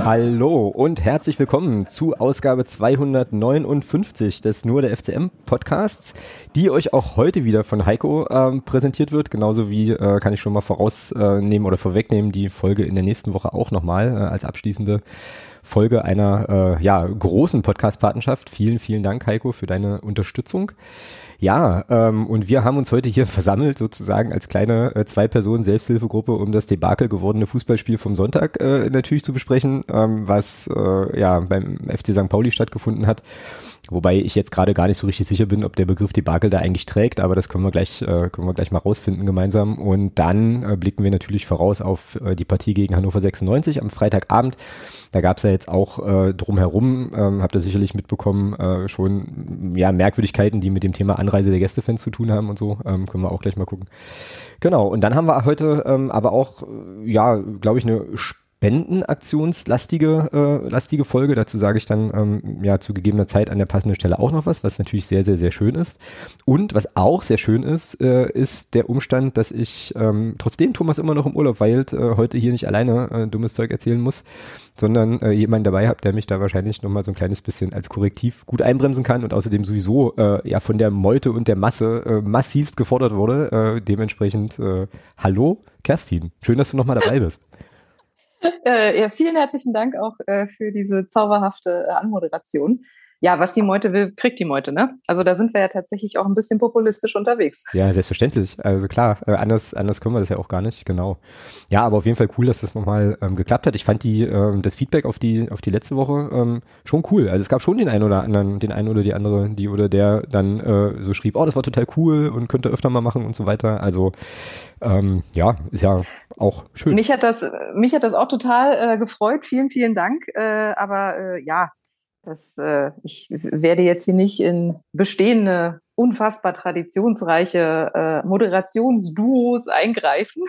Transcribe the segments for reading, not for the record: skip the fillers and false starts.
Hallo und herzlich willkommen zu Ausgabe 259 des Nur der FCM Podcasts, die euch auch heute wieder von Heiko präsentiert wird. Genauso wie, kann ich schon mal vorausnehmen oder vorwegnehmen, die Folge in der nächsten Woche auch nochmal als abschließende Folge einer großen Podcast-Partnerschaft. Vielen, vielen Dank, Heiko, für deine Unterstützung. Ja, und wir haben uns heute hier versammelt, sozusagen als kleine Zwei-Personen-Selbsthilfegruppe, um das Debakel gewordene Fußballspiel vom Sonntag natürlich zu besprechen, was beim FC St. Pauli stattgefunden hat. Wobei ich jetzt gerade gar nicht so richtig sicher bin, ob der Begriff Debakel da eigentlich trägt, aber das können wir gleich mal rausfinden gemeinsam. Und dann blicken wir natürlich voraus auf die Partie gegen Hannover 96 am Freitagabend. Da gab es ja jetzt auch drumherum, habt ihr sicherlich mitbekommen, schon Merkwürdigkeiten, die mit dem Thema Anreise der Gästefans zu tun haben und so. Können wir auch gleich mal gucken. Genau, und dann haben wir heute aber auch, glaube ich, eine spendenaktionslastige Folge. Dazu sage ich dann zu gegebener Zeit an der passenden Stelle auch noch was natürlich sehr, sehr, sehr schön ist. Und was auch sehr schön ist, ist der Umstand, dass ich, trotzdem Thomas immer noch im Urlaub weilt, heute hier nicht alleine dummes Zeug erzählen muss, sondern jemanden dabei habe, der mich da wahrscheinlich nochmal so ein kleines bisschen als Korrektiv gut einbremsen kann und außerdem sowieso von der Meute und der Masse massivst gefordert wurde. Dementsprechend hallo Kerstin, schön, dass du nochmal dabei bist. Vielen herzlichen Dank auch für diese zauberhafte Anmoderation. Ja, was die Meute will, kriegt die Meute, ne? Also da sind wir ja tatsächlich auch ein bisschen populistisch unterwegs. Ja, selbstverständlich. Also klar, anders können wir das ja auch gar nicht, genau. Ja, aber auf jeden Fall cool, dass das nochmal geklappt hat. Ich fand das Feedback auf die letzte Woche schon cool. Also es gab schon den einen oder die andere, die oder der dann so schrieb, oh, das war total cool und könnte öfter mal machen und so weiter. Also ist ja auch schön. Mich hat das auch total gefreut. Vielen, vielen Dank. Ich werde jetzt hier nicht in bestehende, unfassbar traditionsreiche Moderationsduos eingreifen.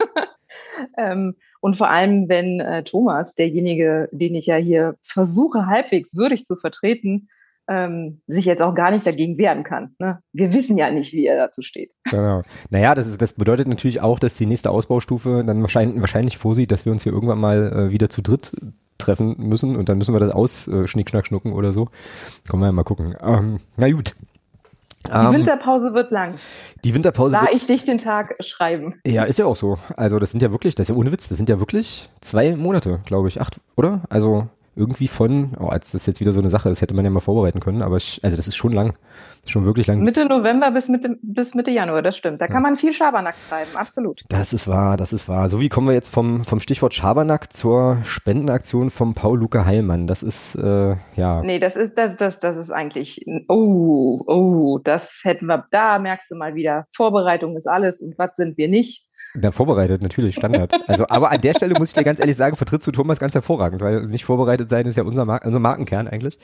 Und vor allem, wenn Thomas, derjenige, den ich ja hier versuche, halbwegs würdig zu vertreten, sich jetzt auch gar nicht dagegen wehren kann. Ne? Wir wissen ja nicht, wie er dazu steht. Genau. Naja, das bedeutet natürlich auch, dass die nächste Ausbaustufe dann wahrscheinlich vorsieht, dass wir uns hier irgendwann mal wieder zu dritt treffen müssen und dann müssen wir das Schnick, Schnack, Schnucken oder so. Können wir ja mal gucken. Na gut. Die Winterpause wird lang. Sah ich dich den Tag schreiben. Ja, ist ja auch so. Also das ist ja ohne Witz, das sind ja wirklich 2 Monate, glaube ich. 8, oder? Also irgendwie als das jetzt wieder so eine Sache ist, hätte man ja mal vorbereiten können, aber das ist schon lang. Schon wirklich lang. Mitte November bis Mitte Januar, das stimmt. Da kann man viel Schabernack treiben, absolut. Das ist wahr. So, wie kommen wir jetzt vom Stichwort Schabernack zur Spendenaktion vom Paul-Luca Heilmann? Das ist, Nee, das ist eigentlich, das hätten wir, da merkst du mal wieder, Vorbereitung ist alles und was sind wir nicht? Na, vorbereitet, natürlich, Standard. Also, aber an der Stelle muss ich dir ganz ehrlich sagen, vertrittst du Thomas ganz hervorragend, weil nicht vorbereitet sein ist ja unser Markenkern eigentlich.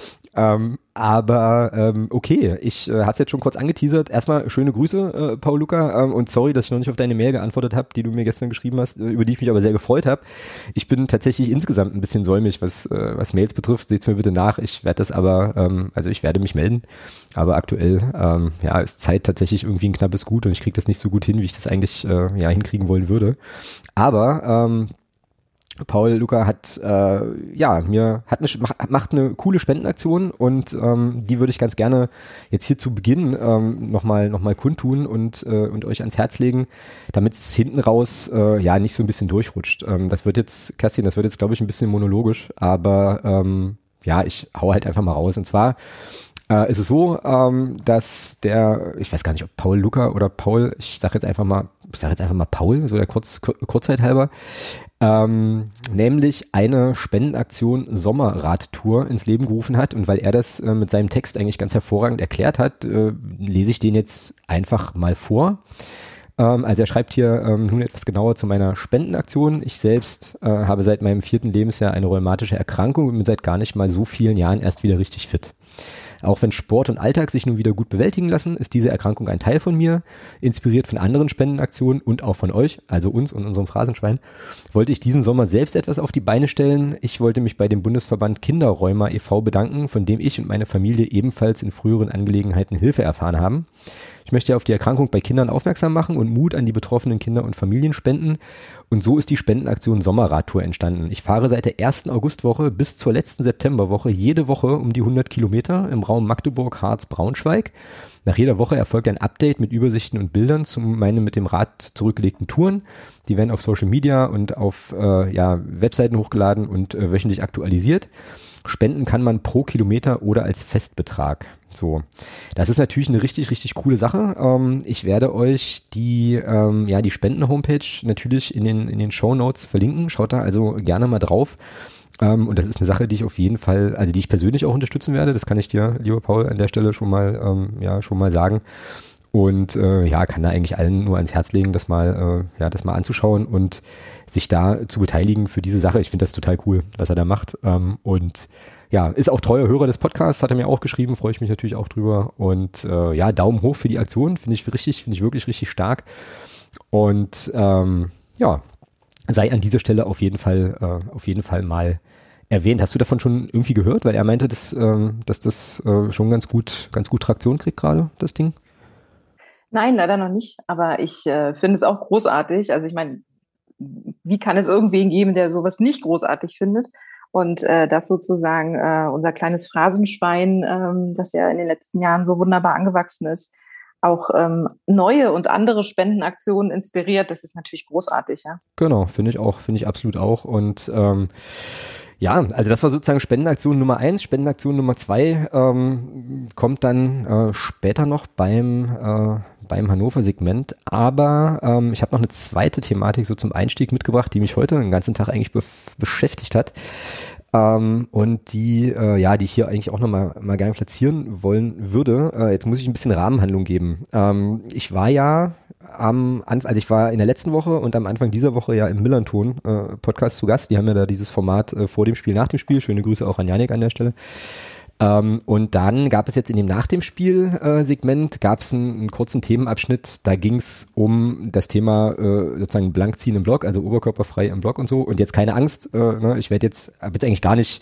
Okay, ich habe es jetzt schon kurz angeteasert. Erstmal schöne Grüße, Paul Luca, und sorry, dass ich noch nicht auf deine Mail geantwortet habe, die du mir gestern geschrieben hast, über die ich mich aber sehr gefreut habe. Ich bin tatsächlich insgesamt ein bisschen säumig, was Mails betrifft. Seht's mir bitte nach. Ich werde das aber, ich werde mich melden. Aber aktuell, ist Zeit tatsächlich irgendwie ein knappes Gut und ich kriege das nicht so gut hin, wie ich das eigentlich hinkriegen wollen würde. Aber Paul Luca macht eine coole Spendenaktion und die würde ich ganz gerne jetzt hier zu Beginn noch mal kundtun und euch ans Herz legen, damit es hinten raus nicht so ein bisschen durchrutscht. Das wird jetzt, Kerstin, glaube ich, ein bisschen monologisch, aber ich hau halt einfach mal raus. Und zwar ist es so, dass ich weiß gar nicht, ob Paul Luca oder Paul, ich sage jetzt einfach mal Paul, so der Kurzheit halber, nämlich eine Spendenaktion Sommerradtour ins Leben gerufen hat, und weil er das mit seinem Text eigentlich ganz hervorragend erklärt hat, lese ich den jetzt einfach mal vor. Also er schreibt hier nun etwas genauer zu meiner Spendenaktion. Ich selbst habe seit meinem 4. Lebensjahr eine rheumatische Erkrankung und bin seit gar nicht mal so vielen Jahren erst wieder richtig fit. Auch wenn Sport und Alltag sich nun wieder gut bewältigen lassen, ist diese Erkrankung ein Teil von mir. Inspiriert von anderen Spendenaktionen und auch von euch, also uns und unserem Phrasenschwein, wollte ich diesen Sommer selbst etwas auf die Beine stellen. Ich wollte mich bei dem Bundesverband Kinderrheuma e.V. bedanken, von dem ich und meine Familie ebenfalls in früheren Angelegenheiten Hilfe erfahren haben. Ich möchte auf die Erkrankung bei Kindern aufmerksam machen und Mut an die betroffenen Kinder und Familien spenden. Und so ist die Spendenaktion Sommerradtour entstanden. Ich fahre seit der ersten Augustwoche bis zur letzten Septemberwoche jede Woche um die 100 Kilometer im Raum Magdeburg, Harz, Braunschweig. Nach jeder Woche erfolgt ein Update mit Übersichten und Bildern zu meinen mit dem Rad zurückgelegten Touren. Die werden auf Social Media und auf Webseiten hochgeladen und wöchentlich aktualisiert. Spenden kann man pro Kilometer oder als Festbetrag. So, das ist natürlich eine richtig, richtig coole Sache. Ich werde euch die Spenden-Homepage natürlich in den Shownotes verlinken. Schaut da also gerne mal drauf. Und das ist eine Sache, die ich auf jeden Fall, also die ich persönlich auch unterstützen werde. Das kann ich dir, lieber Paul, an der Stelle schon mal sagen. Und kann da eigentlich allen nur ans Herz legen, das mal anzuschauen und sich da zu beteiligen für diese Sache. Ich finde das total cool, was er da macht. Ist auch treuer Hörer des Podcasts, hat er mir auch geschrieben, freue ich mich natürlich auch drüber. Und Daumen hoch für die Aktion, finde ich wirklich richtig stark. Und sei an dieser Stelle auf jeden Fall mal erwähnt. Hast du davon schon irgendwie gehört? Weil er meinte, dass das schon ganz gut Traktion kriegt gerade, das Ding. Nein, leider noch nicht. Aber ich finde es auch großartig. Also ich meine, wie kann es irgendwen geben, der sowas nicht großartig findet? Und das sozusagen unser kleines Phrasenschwein, das ja in den letzten Jahren so wunderbar angewachsen ist, auch neue und andere Spendenaktionen inspiriert, das ist natürlich großartig, ja. Genau, finde ich absolut auch. Und also das war sozusagen Spendenaktion Nummer 1. Spendenaktion Nummer 2 kommt dann später noch beim Hannover-Segment. Aber ich habe noch eine zweite Thematik so zum Einstieg mitgebracht, die mich heute den ganzen Tag eigentlich beschäftigt hat. Und die ich hier eigentlich auch noch mal gerne platzieren wollen würde. Jetzt muss ich ein bisschen Rahmenhandlung geben. Ich war ja ich war in der letzten Woche und am Anfang dieser Woche ja im Millanton Podcast zu Gast. Die haben ja da dieses Format vor dem Spiel, nach dem Spiel. Schöne Grüße auch an Janik an der Stelle. Und dann gab es jetzt in dem Nach dem Spiel-Segment gab es einen kurzen Themenabschnitt, da ging es um das Thema sozusagen Blankziehen im Block, also oberkörperfrei im Block und so. Und jetzt keine Angst, ich habe jetzt eigentlich gar nicht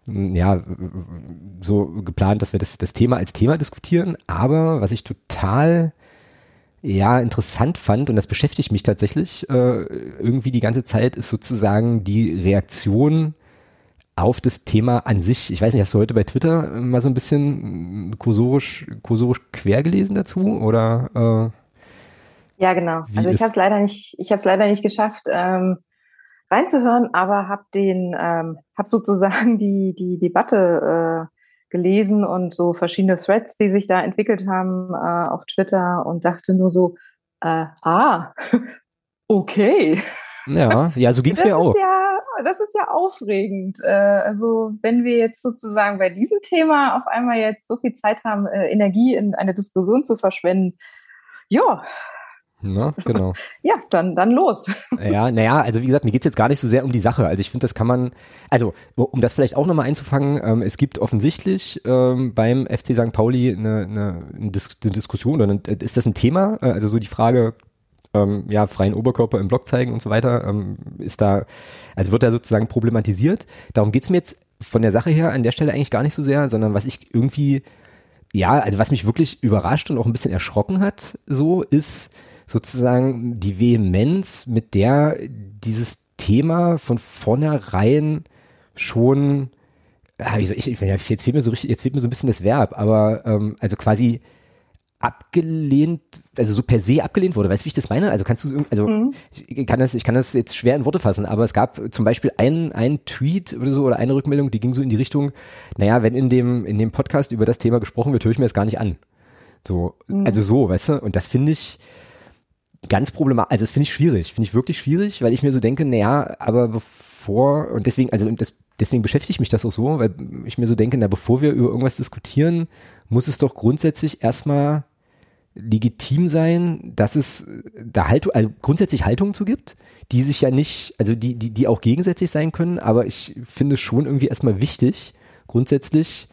so geplant, dass wir das Thema als Thema diskutieren, aber was ich total interessant fand, und das beschäftigt mich tatsächlich irgendwie die ganze Zeit, ist sozusagen die Reaktion auf das Thema an sich. Ich weiß nicht, hast du heute bei Twitter mal so ein bisschen kursorisch quer gelesen dazu, oder? Ja, genau. Also ich habe es leider nicht geschafft, reinzuhören, aber habe sozusagen die Debatte gelesen und so verschiedene Threads, die sich da entwickelt haben auf Twitter, und dachte nur so, okay. Ja, so ging es mir auch. Das ist ja aufregend. Also wenn wir jetzt sozusagen bei diesem Thema auf einmal jetzt so viel Zeit haben, Energie in eine Diskussion zu verschwenden, ja. Na, genau. Ja, dann los. Ja, also wie gesagt, mir geht's jetzt gar nicht so sehr um die Sache. Also ich finde, das kann man, also um das vielleicht auch nochmal einzufangen, es gibt offensichtlich beim FC St. Pauli eine Diskussion, oder ist das ein Thema? Also so die Frage, freien Oberkörper im Block zeigen und so weiter, wird da sozusagen problematisiert. Darum geht's mir jetzt von der Sache her an der Stelle eigentlich gar nicht so sehr, sondern was ich irgendwie, was mich wirklich überrascht und auch ein bisschen erschrocken hat, so ist sozusagen die Vehemenz, mit der dieses Thema von vornherein schon, jetzt fehlt mir so ein bisschen das Verb, aber also quasi abgelehnt, also so per se abgelehnt wurde. Weißt du, wie ich das meine? Also ich kann das jetzt schwer in Worte fassen, aber es gab zum Beispiel einen Tweet oder so, oder eine Rückmeldung, die ging so in die Richtung, wenn in dem Podcast über das Thema gesprochen wird, höre ich mir das gar nicht an. So, also so, weißt du? Und das finde ich ganz problematisch, also das finde ich wirklich schwierig, weil ich mir so denke, deswegen beschäftigt mich das auch so, weil ich mir so denke, bevor wir über irgendwas diskutieren, muss es doch grundsätzlich erstmal legitim sein, dass es da grundsätzlich Haltungen zu gibt, die sich ja nicht, also die auch gegensätzlich sein können, aber ich finde es schon irgendwie erstmal wichtig, grundsätzlich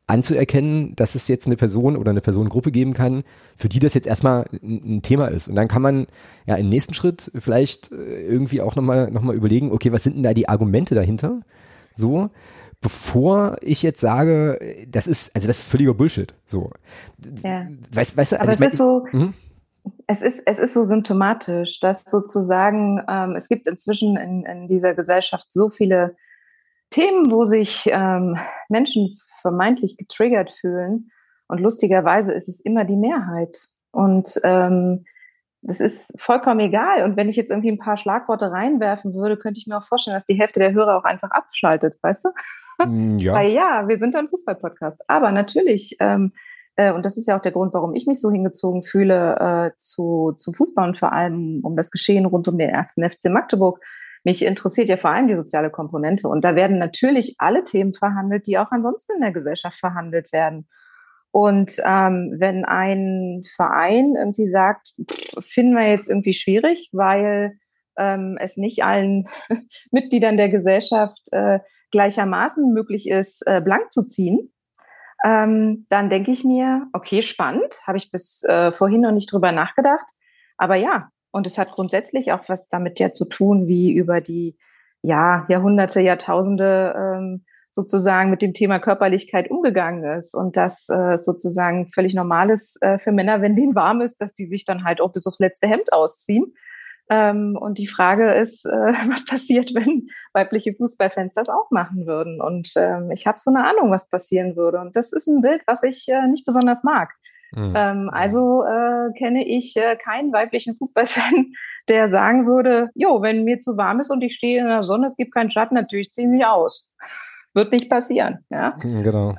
anzuerkennen, dass es jetzt eine Person oder eine Personengruppe geben kann, für die das jetzt erstmal ein Thema ist. Und dann kann man ja im nächsten Schritt vielleicht irgendwie auch nochmal überlegen, okay, was sind denn da die Argumente dahinter? So, bevor ich jetzt sage, das ist völliger Bullshit. So. Ja. Weißt du, aber also es ist so, es ist so symptomatisch, dass sozusagen, es gibt inzwischen in dieser Gesellschaft so viele Themen, wo sich Menschen vermeintlich getriggert fühlen. Und lustigerweise ist es immer die Mehrheit. Und es ist vollkommen egal. Und wenn ich jetzt irgendwie ein paar Schlagworte reinwerfen würde, könnte ich mir auch vorstellen, dass die Hälfte der Hörer auch einfach abschaltet, weißt du? Ja. Weil ja, wir sind ein Fußball-Podcast. Aber natürlich, und das ist ja auch der Grund, warum ich mich so hingezogen fühle zu Fußball und vor allem um das Geschehen rund um den 1. FC Magdeburg. Mich interessiert ja vor allem die soziale Komponente. Und da werden natürlich alle Themen verhandelt, die auch ansonsten in der Gesellschaft verhandelt werden. Und wenn ein Verein irgendwie sagt, finden wir jetzt irgendwie schwierig, weil es nicht allen Mitgliedern der Gesellschaft gleichermaßen möglich ist, blank zu ziehen, dann denke ich mir, okay, spannend, habe ich bis vorhin noch nicht drüber nachgedacht. Aber ja, und es hat grundsätzlich auch was damit ja zu tun, wie über die Jahrhunderte, Jahrtausende sozusagen mit dem Thema Körperlichkeit umgegangen ist und dass sozusagen völlig normal ist für Männer, wenn denen warm ist, dass die sich dann halt auch bis aufs letzte Hemd ausziehen. Und die Frage ist, was passiert, wenn weibliche Fußballfans das auch machen würden? Und ich habe so eine Ahnung, was passieren würde. Und das ist ein Bild, was ich nicht besonders mag. Also kenne ich keinen weiblichen Fußballfan, der sagen würde, jo, wenn mir zu warm ist und ich stehe in der Sonne, es gibt keinen Schatten, natürlich ziehe ich mich aus. Wird nicht passieren. Ja? Genau.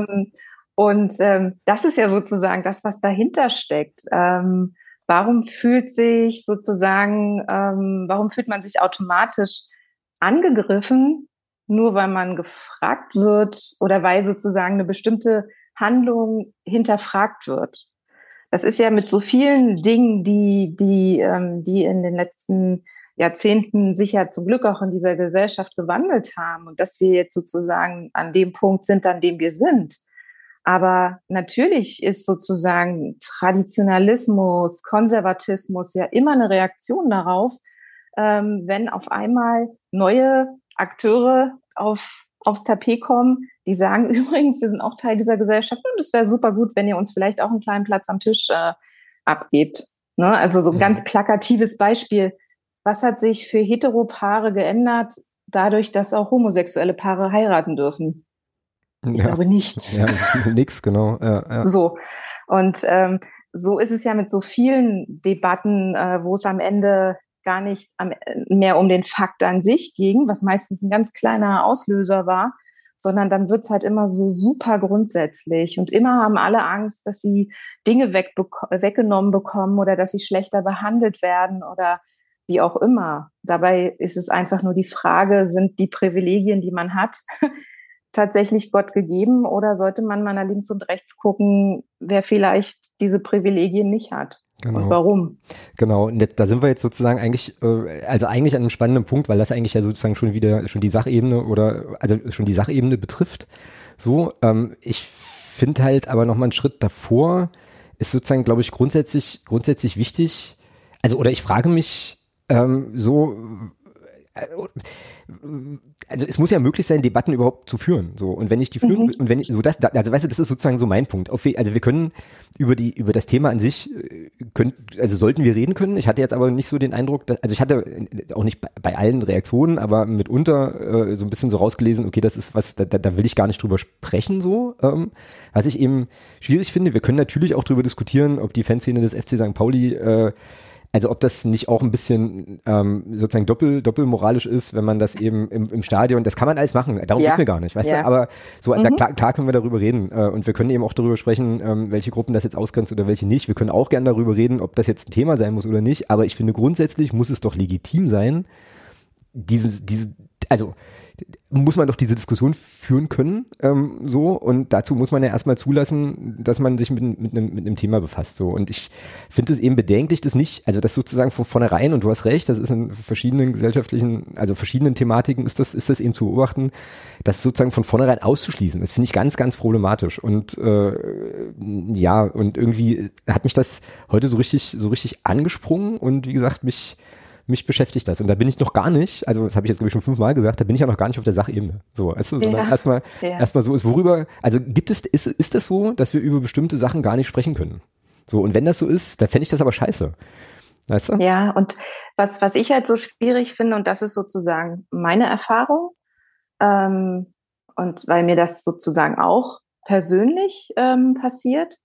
Und das ist ja sozusagen das, was dahinter steckt. Warum fühlt man sich automatisch angegriffen, nur weil man gefragt wird oder weil sozusagen eine bestimmte Handlung hinterfragt wird? Das ist ja mit so vielen Dingen, die in den letzten Jahrzehnten sicher zum Glück auch in dieser Gesellschaft gewandelt haben und dass wir jetzt sozusagen an dem Punkt sind, an dem wir sind. Aber natürlich ist sozusagen Traditionalismus, Konservatismus ja immer eine Reaktion darauf, wenn auf einmal neue Akteure aufs Tapet kommen, die sagen, übrigens, wir sind auch Teil dieser Gesellschaft und es wäre super gut, wenn ihr uns vielleicht auch einen kleinen Platz am Tisch abgebt. Ne? Also so ein ganz plakatives Beispiel. Was hat sich für Heteropaare geändert, dadurch, dass auch homosexuelle Paare heiraten dürfen? Ich glaube nichts. Ja, nix, genau. Ja. So. Und so ist es ja mit so vielen Debatten, wo es am Ende gar nicht mehr um den Fakt an sich ging, was meistens ein ganz kleiner Auslöser war, sondern dann wird's halt immer so super grundsätzlich und immer haben alle Angst, dass sie Dinge weggenommen bekommen oder dass sie schlechter behandelt werden oder wie auch immer. Dabei ist es einfach nur die Frage, sind die Privilegien, die man hat, tatsächlich Gott gegeben oder sollte man mal nach links und rechts gucken, wer vielleicht diese Privilegien nicht hat? Genau. Und warum? Genau, und da sind wir jetzt sozusagen eigentlich an einem spannenden Punkt, weil das eigentlich ja sozusagen schon die Sachebene betrifft. So, ich finde halt aber noch mal einen Schritt davor ist sozusagen, glaube ich, grundsätzlich wichtig. Also, oder ich frage mich also es muss ja möglich sein, Debatten überhaupt zu führen, so. Und wenn ich die führen, und wenn ich so das ist sozusagen so mein Punkt. Also wir können über das Thema an sich sollten wir reden können. Ich hatte jetzt aber nicht so den Eindruck, also ich hatte auch nicht bei allen Reaktionen, aber mitunter so ein bisschen so rausgelesen, okay, das ist was, da will ich gar nicht drüber sprechen, so. Was ich eben schwierig finde, wir können natürlich auch drüber diskutieren, ob die Fanszene des FC St. Pauli also ob das nicht auch ein bisschen sozusagen doppelmoralisch ist, wenn man das eben im Stadion, das kann man alles machen, darum geht's mir gar nicht, weißt du, aber so klar können wir darüber reden und wir können eben auch darüber sprechen, welche Gruppen das jetzt ausgrenzt oder welche nicht. Wir können auch gerne darüber reden, ob das jetzt ein Thema sein muss oder nicht, aber ich finde grundsätzlich muss es doch legitim sein, muss man doch diese Diskussion führen können, so, und dazu muss man ja erstmal zulassen, dass man sich mit einem Thema befasst, so, und ich finde es eben bedenklich, das nicht, also das sozusagen von vornherein, und du hast recht, das ist in verschiedenen gesellschaftlichen, also verschiedenen Thematiken ist das eben zu beobachten, das sozusagen von vornherein auszuschließen, das finde ich ganz, ganz problematisch, und ja, und irgendwie hat mich das heute so richtig angesprungen, und wie gesagt, mich beschäftigt das. Und da bin ich noch gar nicht, also das habe ich jetzt glaube ich schon 5-mal gesagt, da bin ich ja noch gar nicht auf der Sachebene. So, weißt du, sondern erstmal so ist, worüber, also ist das so, dass wir über bestimmte Sachen gar nicht sprechen können? So, und wenn das so ist, dann fände ich das aber scheiße. Weißt du? Ja, und was ich halt so schwierig finde, und das ist sozusagen meine Erfahrung, und weil mir das sozusagen auch persönlich passiert,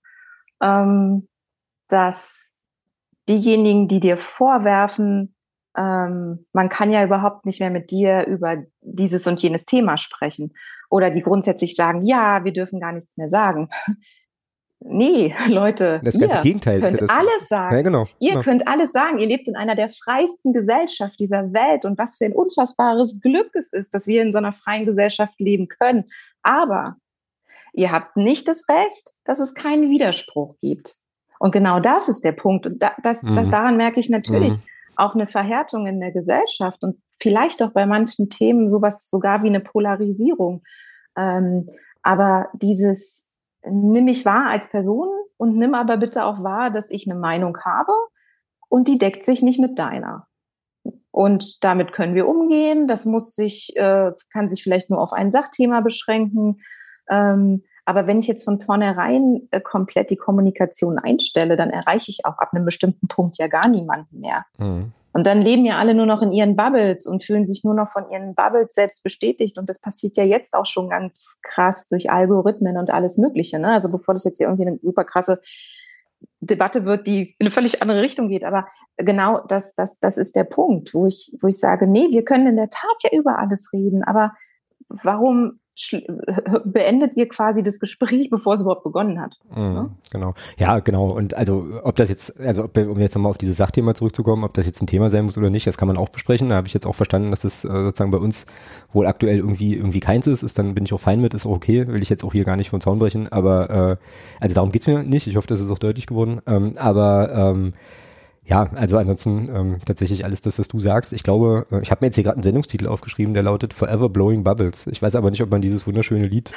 dass diejenigen, die dir vorwerfen, man kann ja überhaupt nicht mehr mit dir über dieses und jenes Thema sprechen, oder die grundsätzlich sagen, ja, wir dürfen gar nichts mehr sagen. Nee, Leute, Das ganze Gegenteil könnt ist ja das. alles sagen. Ja, genau. Ihr könnt alles sagen. Ihr lebt in einer der freiesten Gesellschaft dieser Welt, und was für ein unfassbares Glück es ist, dass wir in so einer freien Gesellschaft leben können. Aber ihr habt nicht das Recht, dass es keinen Widerspruch gibt. Und genau das ist der Punkt. Und daran merke ich natürlich auch eine Verhärtung in der Gesellschaft und vielleicht auch bei manchen Themen sowas sogar wie eine Polarisierung. Aber dieses nimm mich wahr als Person und nimm aber bitte auch wahr, dass ich eine Meinung habe und die deckt sich nicht mit deiner. Und damit können wir umgehen. Das kann sich vielleicht nur auf ein Sachthema beschränken. Aber wenn ich jetzt von vornherein komplett die Kommunikation einstelle, dann erreiche ich auch ab einem bestimmten Punkt ja gar niemanden mehr. Und dann leben ja alle nur noch in ihren Bubbles und fühlen sich nur noch von ihren Bubbles selbst bestätigt. Und das passiert ja jetzt auch schon ganz krass durch Algorithmen und alles Mögliche. Ne? Also bevor das jetzt hier irgendwie eine super krasse Debatte wird, die in eine völlig andere Richtung geht. Aber genau das ist der Punkt, wo ich sage, nee, wir können in der Tat ja über alles reden. Aber warum beendet ihr quasi das Gespräch, bevor es überhaupt begonnen hat? Genau. Ja, genau. Und also, um jetzt nochmal auf dieses Sachthema zurückzukommen, ob das jetzt ein Thema sein muss oder nicht, das kann man auch besprechen. Da habe ich jetzt auch verstanden, dass es sozusagen bei uns wohl aktuell irgendwie keins ist. Dann bin ich auch fein mit, ist auch okay. Will ich jetzt auch hier gar nicht vom Zaun brechen. Aber, also darum geht's mir nicht. Ich hoffe, das ist auch deutlich geworden. Ja, also ansonsten tatsächlich alles das, was du sagst. Ich glaube, ich habe mir jetzt hier gerade einen Sendungstitel aufgeschrieben, der lautet Forever Blowing Bubbles. Ich weiß aber nicht, ob man dieses wunderschöne Lied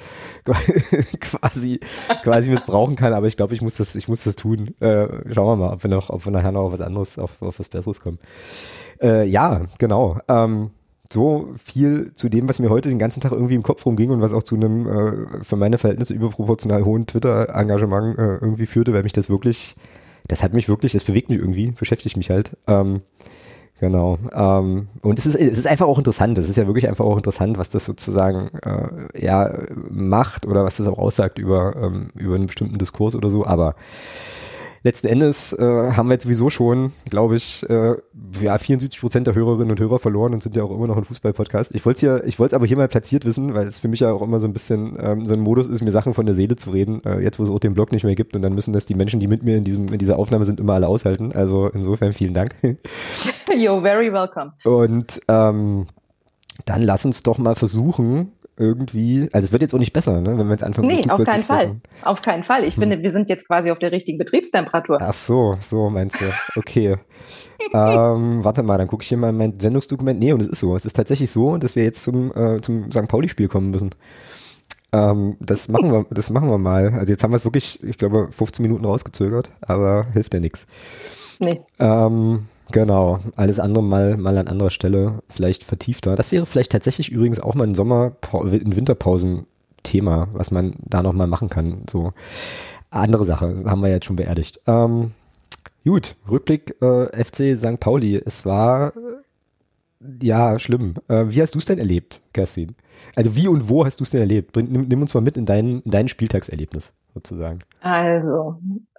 quasi missbrauchen kann, aber ich glaube, ich muss das tun. Schauen wir mal, ob wir nachher noch auf was anderes, auf was Besseres kommen. Ja, genau. So viel zu dem, was mir heute den ganzen Tag irgendwie im Kopf rumging und was auch zu einem für meine Verhältnisse überproportional hohen Twitter-Engagement irgendwie führte, weil mich das bewegt mich irgendwie, beschäftigt mich halt. Genau. Und es ist einfach auch interessant. Es ist ja wirklich einfach auch interessant, was das sozusagen macht oder was das auch aussagt über einen bestimmten Diskurs oder so. Aber letzten Endes haben wir jetzt sowieso schon, glaube ich, 74% der Hörerinnen und Hörer verloren und sind ja auch immer noch ein Fußball-Podcast. Ich wollte es aber hier mal platziert wissen, weil es für mich ja auch immer so ein bisschen so ein Modus ist, mir Sachen von der Seele zu reden, jetzt wo es auch den Blog nicht mehr gibt, und dann müssen das die Menschen, die mit mir in dieser Aufnahme sind, immer alle aushalten. Also insofern vielen Dank. You're very welcome. Und dann lass uns doch mal versuchen, irgendwie, also es wird jetzt auch nicht besser, ne, wenn wir jetzt anfangen. Nee, auf keinen Fall. Auf keinen Fall. Ich finde, wir sind jetzt quasi auf der richtigen Betriebstemperatur. Ach so meinst du. Okay. Warte mal, dann gucke ich hier mal in mein Sendungsdokument. Nee, und es ist so. Es ist tatsächlich so, dass wir jetzt zum St. Pauli-Spiel kommen müssen. Das machen wir mal. Also jetzt haben wir es wirklich, ich glaube, 15 Minuten rausgezögert, aber hilft ja nichts. Nee. Genau, alles andere mal an anderer Stelle vielleicht vertiefter. Das wäre vielleicht tatsächlich übrigens auch mal ein Winterpausen-Thema, was man da nochmal machen kann. So, andere Sache, haben wir jetzt schon beerdigt. Gut, Rückblick FC St. Pauli. Es war ja schlimm. Wie hast du es denn erlebt, Kerstin? Also wie und wo hast du es denn erlebt? Nimm uns mal mit in dein Spieltagserlebnis sozusagen. Also,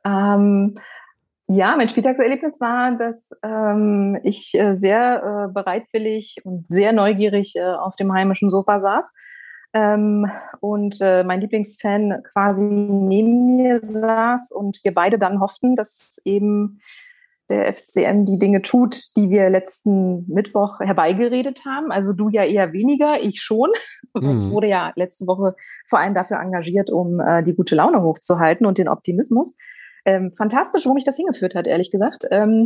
ja, mein Spieltagserlebnis war, dass ich sehr bereitwillig und sehr neugierig auf dem heimischen Sofa saß und mein Lieblingsfan quasi neben mir saß und wir beide dann hofften, dass eben der FCM die Dinge tut, die wir letzten Mittwoch herbeigeredet haben. Also du ja eher weniger, ich schon. Ich wurde ja letzte Woche vor allem dafür engagiert, um die gute Laune hochzuhalten und den Optimismus. Fantastisch, wo mich das hingeführt hat, ehrlich gesagt.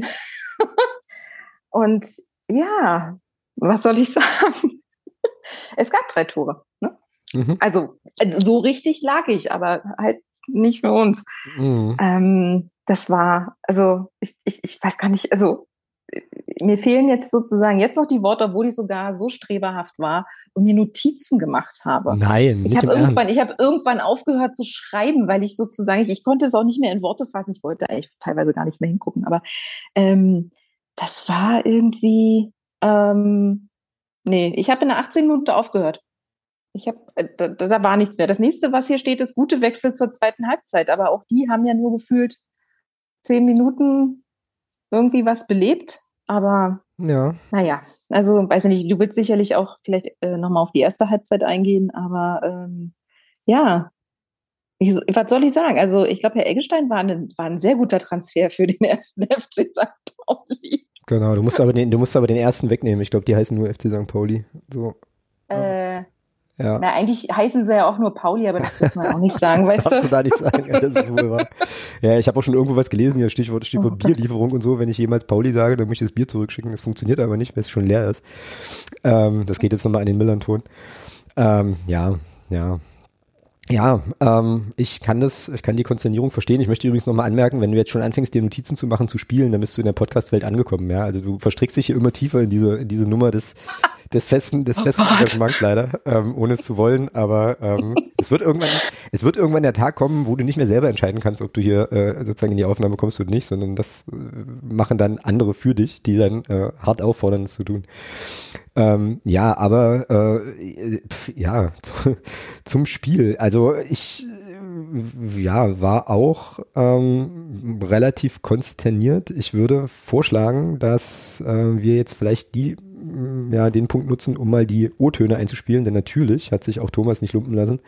Und ja, was soll ich sagen? Es gab 3 Tore. Ne? Also so richtig lag ich, aber halt nicht für uns. Das war, also ich weiß gar nicht, also mir fehlen jetzt sozusagen jetzt noch die Worte, obwohl ich sogar so streberhaft war und mir Notizen gemacht habe. Nein, nicht im Ernst. Ich habe irgendwann aufgehört zu schreiben, weil ich sozusagen, ich konnte es auch nicht mehr in Worte fassen. Ich wollte eigentlich teilweise gar nicht mehr hingucken, aber das war irgendwie, nee, ich habe in der 18 Minuten aufgehört. Da war nichts mehr. Das nächste, was hier steht, ist gute Wechsel zur zweiten Halbzeit. Aber auch die haben ja nur gefühlt 10 Minuten irgendwie was belebt. Aber naja, also weiß ich nicht, du willst sicherlich auch vielleicht nochmal auf die erste Halbzeit eingehen. Aber ja, was soll ich sagen? Also ich glaube, Herr Eggestein war ein sehr guter Transfer für den ersten FC St. Pauli. Genau, du musst aber den ersten wegnehmen. Ich glaube, die heißen nur FC St. Pauli. So. Ja. Na, eigentlich heißen sie ja auch nur Pauli, aber das darf man auch nicht sagen, weißt du? Das darfst du da nicht sagen, ja, das ist wohl wahr. Ja, ich habe auch schon irgendwo was gelesen, hier Stichwort Bierlieferung und so. Wenn ich jemals Pauli sage, dann muss ich das Bier zurückschicken. Das funktioniert aber nicht, weil es schon leer ist. Das geht jetzt nochmal an den Millern-Ton. Ich kann die Konsternierung verstehen. Ich möchte übrigens nochmal anmerken, wenn du jetzt schon anfängst, dir Notizen zu machen, zu spielen, dann bist du in der Podcast-Welt angekommen, ja. Also du verstrickst dich hier immer tiefer in diese Nummer des festen Engagements leider, ohne es zu wollen, aber es wird irgendwann der Tag kommen, wo du nicht mehr selber entscheiden kannst, ob du hier sozusagen in die Aufnahme kommst oder nicht, sondern das machen dann andere für dich, die dann hart auffordern, das zu tun. Zum Spiel. Also ich war auch relativ konsterniert. Ich würde vorschlagen, dass wir jetzt vielleicht den Punkt nutzen, um mal die O-Töne einzuspielen, denn natürlich hat sich auch Thomas nicht lumpen lassen,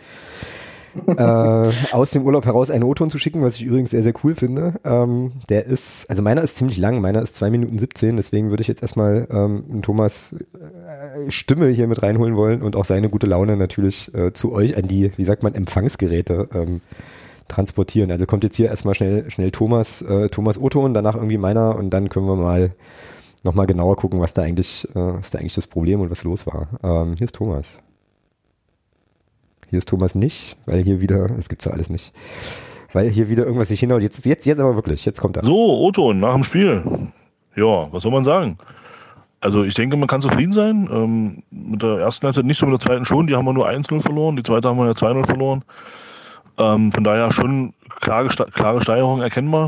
aus dem Urlaub heraus einen O-Ton zu schicken, was ich übrigens sehr, sehr cool finde. Meiner ist ziemlich lang, meiner ist 2 Minuten 17, deswegen würde ich jetzt erstmal Thomas Stimme hier mit reinholen wollen und auch seine gute Laune natürlich zu euch an die, wie sagt man, Empfangsgeräte transportieren. Also kommt jetzt hier erstmal schnell Thomas O-Ton, danach irgendwie meiner und dann können wir mal nochmal genauer gucken, was da eigentlich das Problem und was los war. Hier ist Thomas. Hier ist Thomas nicht, weil hier wieder, das gibt's ja alles nicht, weil hier wieder irgendwas sich hinhaut. Jetzt aber wirklich, jetzt kommt er. So, O-Ton nach dem Spiel. Ja, was soll man sagen? Also ich denke, man kann zufrieden sein. Mit der ersten Halbzeit nicht so, mit der zweiten schon. Die haben wir nur 1-0 verloren, die zweite haben wir ja 2-0 verloren. Von daher schon klare Steigerung erkennbar.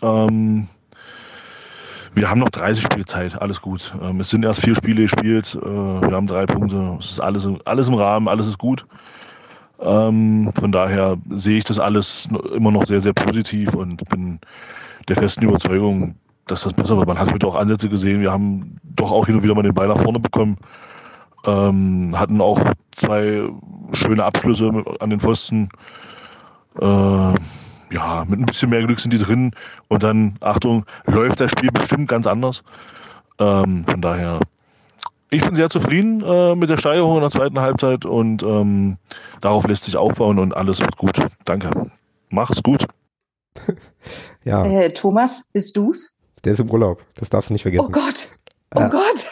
Wir haben noch 30 Spielzeit, alles gut. Es sind erst 4 Spiele gespielt, wir haben 3 Punkte, es ist alles im Rahmen, alles ist gut. Von daher sehe ich das alles immer noch sehr, sehr positiv und bin der festen Überzeugung, dass das besser wird. Man hat heute auch Ansätze gesehen, wir haben doch auch hin und wieder mal den Ball nach vorne bekommen, hatten auch 2 schöne Abschlüsse an den Pfosten. Mit ein bisschen mehr Glück sind die drin und dann, Achtung, läuft das Spiel bestimmt ganz anders. Von daher, ich bin sehr zufrieden mit der Steigerung in der zweiten Halbzeit und darauf lässt sich aufbauen und alles wird gut. Danke. Mach es gut. Ja. Thomas, bist du's? Der ist im Urlaub, das darfst du nicht vergessen. Oh Gott, Gott.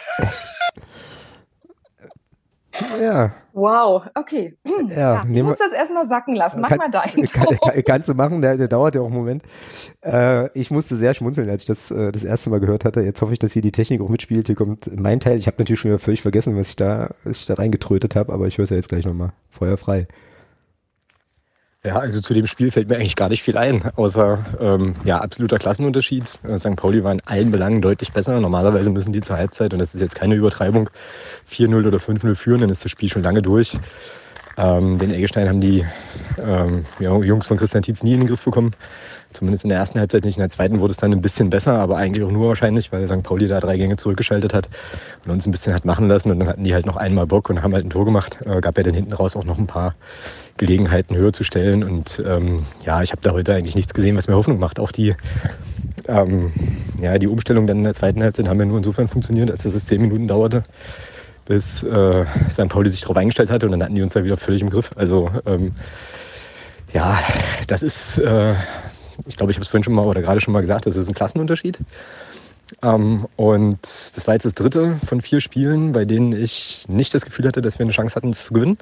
Ja. Wow, okay. Ja, ich muss das erstmal sacken lassen. Mach mal deinen. Kannst du machen, der dauert ja auch einen Moment. Ich musste sehr schmunzeln, als ich das erste Mal gehört hatte. Jetzt hoffe ich, dass hier die Technik auch mitspielt. Hier kommt mein Teil. Ich habe natürlich schon wieder völlig vergessen, was ich da reingetrötet habe, aber ich höre es ja jetzt gleich nochmal. Feuer frei. Ja, also zu dem Spiel fällt mir eigentlich gar nicht viel ein, außer absoluter Klassenunterschied. St. Pauli war in allen Belangen deutlich besser. Normalerweise müssen die zur Halbzeit, und das ist jetzt keine Übertreibung, 4-0 oder 5-0 führen, dann ist das Spiel schon lange durch. Den Eggestein haben die Jungs von Christian Tietz nie in den Griff bekommen. Zumindest in der ersten Halbzeit nicht. In der zweiten wurde es dann ein bisschen besser, aber eigentlich auch nur wahrscheinlich, weil St. Pauli da 3 Gänge zurückgeschaltet hat und uns ein bisschen hat machen lassen. Und dann hatten die halt noch einmal Bock und haben halt ein Tor gemacht. Gab ja dann hinten raus auch noch ein paar Gelegenheiten höher zu stellen. Und ich habe da heute eigentlich nichts gesehen, was mir Hoffnung macht. Auch die Die Umstellung dann in der zweiten Halbzeit haben ja nur insofern funktioniert, als dass es 10 Minuten dauerte, bis St. Pauli sich darauf eingestellt hatte und dann hatten die uns da wieder völlig im Griff. Also das ist, ich glaube, ich habe es vorhin schon mal oder gerade schon mal gesagt, das ist ein Klassenunterschied. Und das war jetzt das 3. von 4 Spielen, bei denen ich nicht das Gefühl hatte, dass wir eine Chance hatten, es zu gewinnen.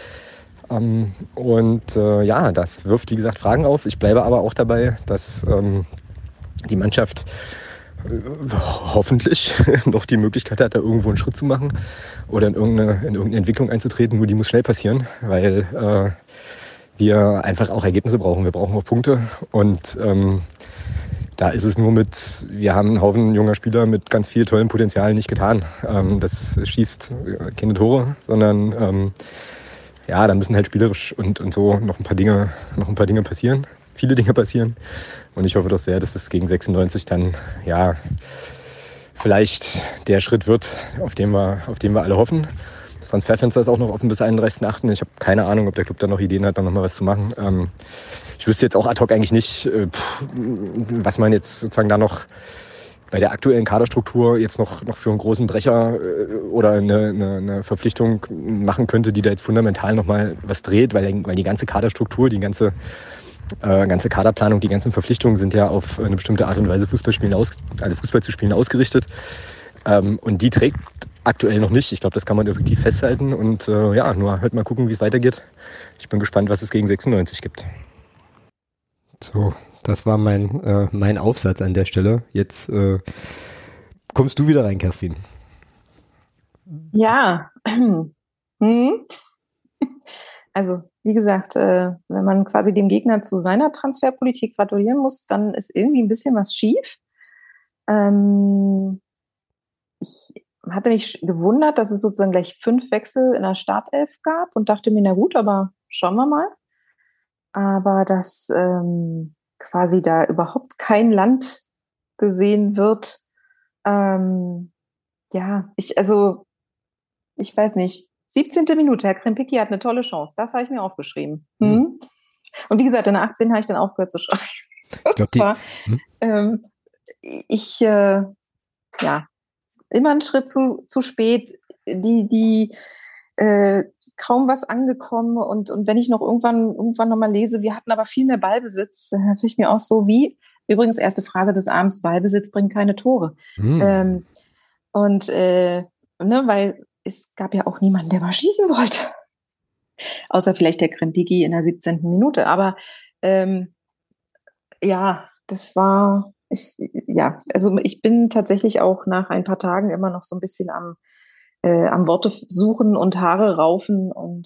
Das wirft, wie gesagt, Fragen auf. Ich bleibe aber auch dabei, dass die Mannschaft hoffentlich noch die Möglichkeit hat, da irgendwo einen Schritt zu machen oder in irgendeine Entwicklung einzutreten. Nur die muss schnell passieren, weil wir einfach auch Ergebnisse brauchen. Wir brauchen auch Punkte und da ist es nur wir haben einen Haufen junger Spieler mit ganz viel tollem Potenzial nicht getan. Das schießt keine Tore, sondern da müssen halt spielerisch und so noch ein paar Dinge passieren. Viele Dinge passieren. Und ich hoffe doch sehr, dass es gegen 96 dann vielleicht der Schritt wird, auf den wir alle hoffen. Das Transferfenster ist auch noch offen bis 31.8. Ich habe keine Ahnung, ob der Club da noch Ideen hat, da noch mal was zu machen. Ich wüsste jetzt auch ad hoc eigentlich nicht, was man jetzt sozusagen da noch bei der aktuellen Kaderstruktur jetzt noch für einen großen Brecher oder eine Verpflichtung machen könnte, die da jetzt fundamental noch mal was dreht, weil die ganze Kaderstruktur, die ganze Kaderplanung, die ganzen Verpflichtungen sind ja auf eine bestimmte Art und Weise Fußball zu spielen ausgerichtet. Und die trägt aktuell noch nicht. Ich glaube, das kann man objektiv festhalten. Und nur halt mal gucken, wie es weitergeht. Ich bin gespannt, was es gegen 96 gibt. So, das war mein Aufsatz an der Stelle. Jetzt kommst du wieder rein, Kerstin. Ja. Also, wie gesagt, wenn man quasi dem Gegner zu seiner Transferpolitik gratulieren muss, dann ist irgendwie ein bisschen was schief. Ich hatte mich gewundert, dass es sozusagen gleich 5 Wechsel in der Startelf gab und dachte mir, na gut, aber schauen wir mal. Aber dass quasi da überhaupt kein Land gesehen wird, ich weiß nicht. 17. Minute, Herr Krempicki hat eine tolle Chance. Das habe ich mir aufgeschrieben. Und wie gesagt, in der 18 habe ich dann aufgehört zu schreiben. Immer einen Schritt zu spät, die kaum was angekommen und wenn ich noch irgendwann noch mal lese, wir hatten aber viel mehr Ballbesitz, dann dachte ich mir auch so wie, übrigens erste Phrase des Abends, Ballbesitz bringt keine Tore. Weil es gab ja auch niemanden, der mal schießen wollte. Außer vielleicht der Krempicki in der 17. Minute. Aber das war, ich bin tatsächlich auch nach ein paar Tagen immer noch so ein bisschen am Worte suchen und Haare raufen und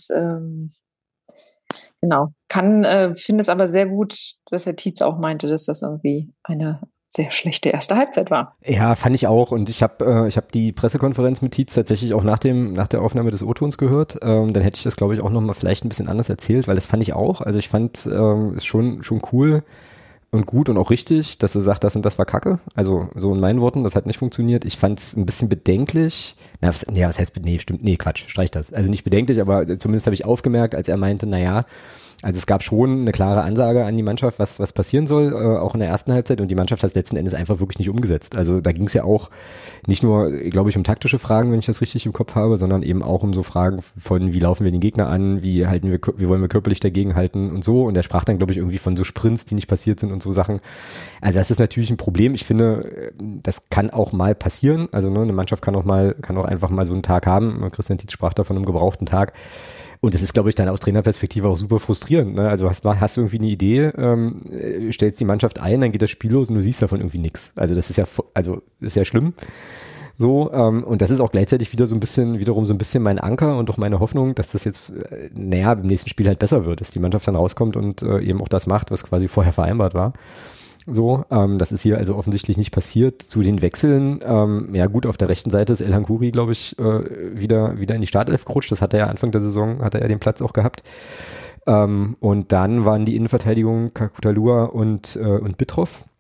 finde es aber sehr gut, dass Herr Tietz auch meinte, dass das irgendwie eine sehr schlechte erste Halbzeit war. Ja, fand ich auch. Und ich habe die Pressekonferenz mit Tietz tatsächlich auch nach der Aufnahme des O-Tons gehört. Dann hätte ich das, glaube ich, auch nochmal vielleicht ein bisschen anders erzählt, weil das fand ich auch. Also ich fand es schon cool und gut und auch richtig, dass er sagt, das und das war Kacke. Also so in meinen Worten, das hat nicht funktioniert. Ich fand es ein bisschen bedenklich. Quatsch, streich das. Also nicht bedenklich, aber zumindest habe ich aufgemerkt, als er meinte, also es gab schon eine klare Ansage an die Mannschaft, was passieren soll, auch in der ersten Halbzeit, und die Mannschaft hat es letzten Endes einfach wirklich nicht umgesetzt. Also da ging es ja auch nicht nur, glaube ich, um taktische Fragen, wenn ich das richtig im Kopf habe, sondern eben auch um so Fragen von, wie laufen wir den Gegner an, wie wollen wir körperlich dagegen halten und so. Und er sprach dann, glaube ich, irgendwie von so Sprints, die nicht passiert sind und so Sachen. Also das ist natürlich ein Problem. Ich finde, das kann auch mal passieren. Also eine Mannschaft kann auch einfach mal so einen Tag haben. Christian Tietz sprach da von einem gebrauchten Tag. Und das ist, glaube ich, dann aus Trainerperspektive auch super frustrierend. Ne? Also hast du irgendwie eine Idee, stellst die Mannschaft ein, dann geht das Spiel los und du siehst davon irgendwie nichts. Also das ist ja schlimm. So, und das ist auch gleichzeitig wiederum so ein bisschen mein Anker und auch meine Hoffnung, dass das jetzt, im nächsten Spiel halt besser wird, dass die Mannschaft dann rauskommt und eben auch das macht, was quasi vorher vereinbart war. So, das ist hier also offensichtlich nicht passiert. Zu den Wechseln, auf der rechten Seite ist El Hankouri, glaube ich, wieder in die Startelf gerutscht. Das hat er ja Anfang der Saison, den Platz auch gehabt. Und dann waren die Innenverteidigung Kakutalua und Bitroff.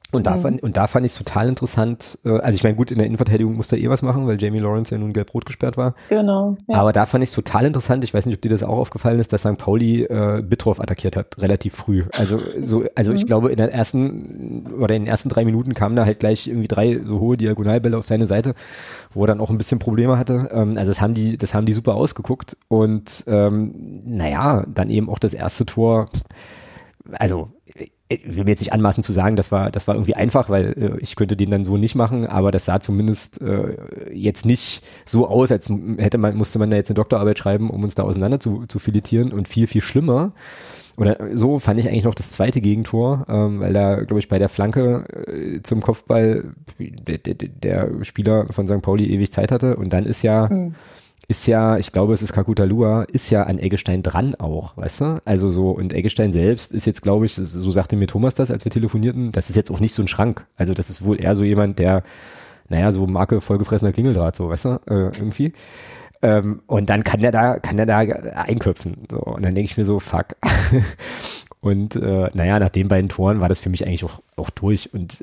Und da fand ich es total interessant. Also ich meine, gut, in der Innenverteidigung musste er was machen, weil Jamie Lawrence ja nun gelb-rot gesperrt war. Genau. Ja. Aber da fand ich es total interessant. Ich weiß nicht, ob dir das auch aufgefallen ist, dass St. Pauli Bittroff attackiert hat, relativ früh. Also ich glaube, in den ersten 3 Minuten kamen da halt gleich irgendwie 3 so hohe Diagonalbälle auf seine Seite, wo er dann auch ein bisschen Probleme hatte. Also das haben die super ausgeguckt. Und dann eben auch das erste Tor. Also ich will mir jetzt nicht anmaßen zu sagen, das war irgendwie einfach, weil ich könnte den dann so nicht machen, aber das sah zumindest jetzt nicht so aus, als musste man da jetzt eine Doktorarbeit schreiben, um uns da auseinander zu filetieren, und viel, viel schlimmer. Oder so fand ich eigentlich noch das zweite Gegentor, weil da, glaube ich, bei der Flanke zum Kopfball der Spieler von St. Pauli ewig Zeit hatte, und dann ist ja, ich glaube, es ist Kakutalua, ist ja an Eggestein dran auch, weißt du? Also so, und Eggestein selbst ist jetzt, glaube ich, so sagte mir Thomas das, als wir telefonierten, das ist jetzt auch nicht so ein Schrank. Also das ist wohl eher so jemand, der, so Marke vollgefressener Klingeldraht, so, weißt du, irgendwie. Und dann kann der da einköpfen, so. Und dann denke ich mir so, fuck. Und nach den beiden Toren war das für mich eigentlich auch durch. Und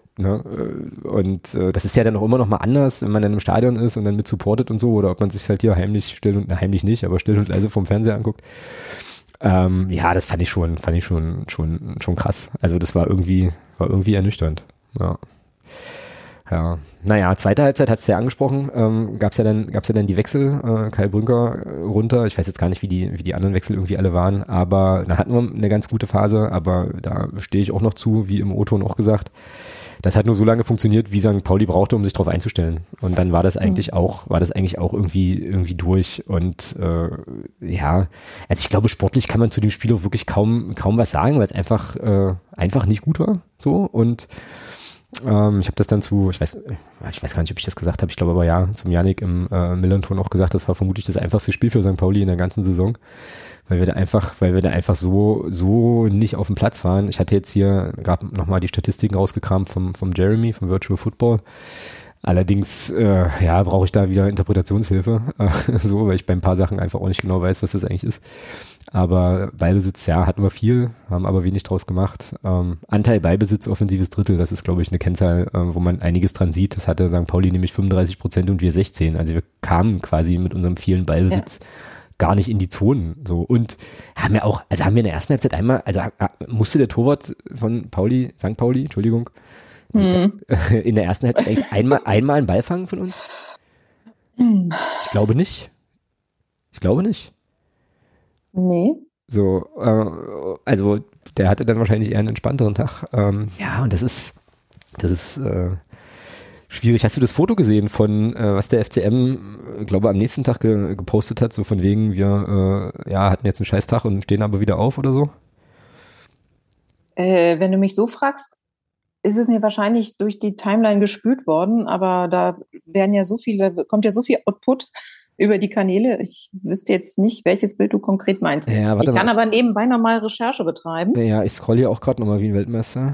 das ist ja dann auch immer noch mal anders, wenn man dann im Stadion ist und dann mit supportet und so, oder ob man sich halt hier heimlich heimlich nicht, aber still und leise vom Fernseher anguckt. Das fand ich schon krass. Also das war irgendwie ernüchternd. Ja. Ja, zweite Halbzeit hat's ja angesprochen, gab's ja dann die Wechsel, Kai Brünker runter, ich weiß jetzt gar nicht, wie die anderen Wechsel irgendwie alle waren, aber da hatten wir eine ganz gute Phase, aber da stehe ich auch noch zu, wie im O-Ton auch gesagt, das hat nur so lange funktioniert, wie St. Pauli brauchte, um sich darauf einzustellen, und dann war das eigentlich auch irgendwie durch, und also ich glaube, sportlich kann man zu dem Spiel auch wirklich kaum was sagen, weil es einfach nicht gut war, so, und ich habe das dann ich weiß gar nicht, ob ich das gesagt habe, ich glaube aber ja, zum Yannick im Millern-Ton auch gesagt, das war vermutlich das einfachste Spiel für St. Pauli in der ganzen Saison, weil wir da einfach so nicht auf dem Platz waren. Ich hatte jetzt hier gerade nochmal die Statistiken rausgekramt vom Jeremy, vom Virtual Football. Allerdings, brauche ich da wieder Interpretationshilfe, weil ich bei ein paar Sachen einfach auch nicht genau weiß, was das eigentlich ist. Aber Ballbesitz, hatten wir viel, haben aber wenig draus gemacht. Anteil Ballbesitz, offensives Drittel, das ist, glaube ich, eine Kennzahl, wo man einiges dran sieht. Das hatte St. Pauli nämlich 35% und wir 16. Also wir kamen quasi mit unserem vielen Ballbesitz gar nicht in die Zonen, so. Und haben wir in der ersten Halbzeit einmal, musste der Torwart von St. Pauli, Entschuldigung, in der ersten Halbzeit eigentlich einmal einen Ball fangen von uns? Ich glaube nicht. Nee. So, also der hatte dann wahrscheinlich eher einen entspannteren Tag. Und das ist schwierig. Hast du das Foto gesehen von, was der FCM, glaube am nächsten Tag gepostet hat, so von wegen, wir hatten jetzt einen Scheißtag und stehen aber wieder auf oder so? Wenn du mich so fragst, ist es mir wahrscheinlich durch die Timeline gespült worden, aber da kommt ja so viel Output über die Kanäle. Ich wüsste jetzt nicht, welches Bild du konkret meinst. Ja, ich kann aber nebenbei nochmal Recherche betreiben. Ja, ich scroll hier auch gerade nochmal wie ein Weltmeister.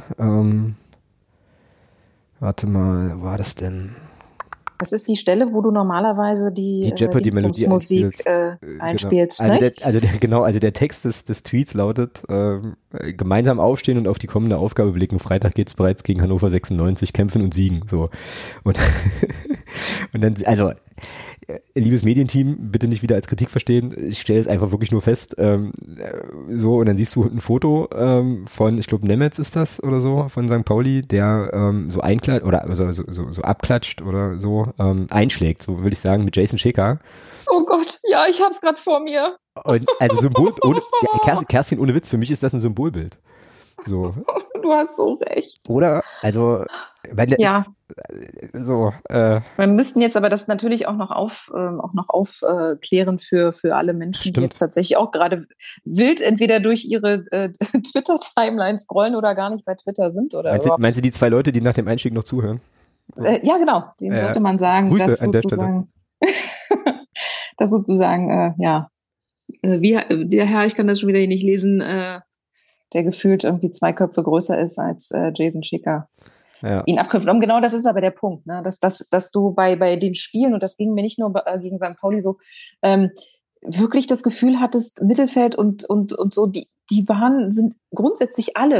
Warte mal, wo war das denn? Das ist die Stelle, wo du normalerweise die Jeopardy-Melodie einspielst. Genau. Also der Text des Tweets lautet, gemeinsam aufstehen und auf die kommende Aufgabe blicken. Freitag geht's bereits gegen Hannover 96, kämpfen und siegen. So. Und dann, also liebes Medienteam, bitte nicht wieder als Kritik verstehen. Ich stelle es einfach wirklich nur fest. So, und dann siehst du ein Foto von, ich glaube, Nemetz ist das oder so, von St. Pauli, der so einklatscht oder so abklatscht oder so einschlägt, so würde ich sagen, mit Jason Schäker. Oh Gott, ja, ich hab's gerade vor mir. Und also Symbol, Kerstin, ohne Witz, für mich ist das ein Symbolbild. So. Du hast so recht. Oder? Also, wenn der ist so. Wir müssten jetzt aber das natürlich auch noch aufklären für alle Menschen, die jetzt tatsächlich auch gerade wild entweder durch ihre Twitter-Timeline scrollen oder gar nicht bei Twitter sind. Oder meinst du die 2 Leute, die nach dem Einstieg noch zuhören? So. Ja, genau. Denen sollte man sagen, Grüße dass an der Stelle. dass sozusagen, wie der Herr, ich kann das schon wieder hier nicht lesen, der gefühlt irgendwie 2 Köpfe größer ist als Jason Schäker. Ja. Ihn abköpfen. Und genau das ist aber der Punkt, ne? Dass du bei den Spielen, und das ging mir nicht nur gegen St. Pauli so, wirklich das Gefühl hattest, Mittelfeld und so, die sind grundsätzlich alle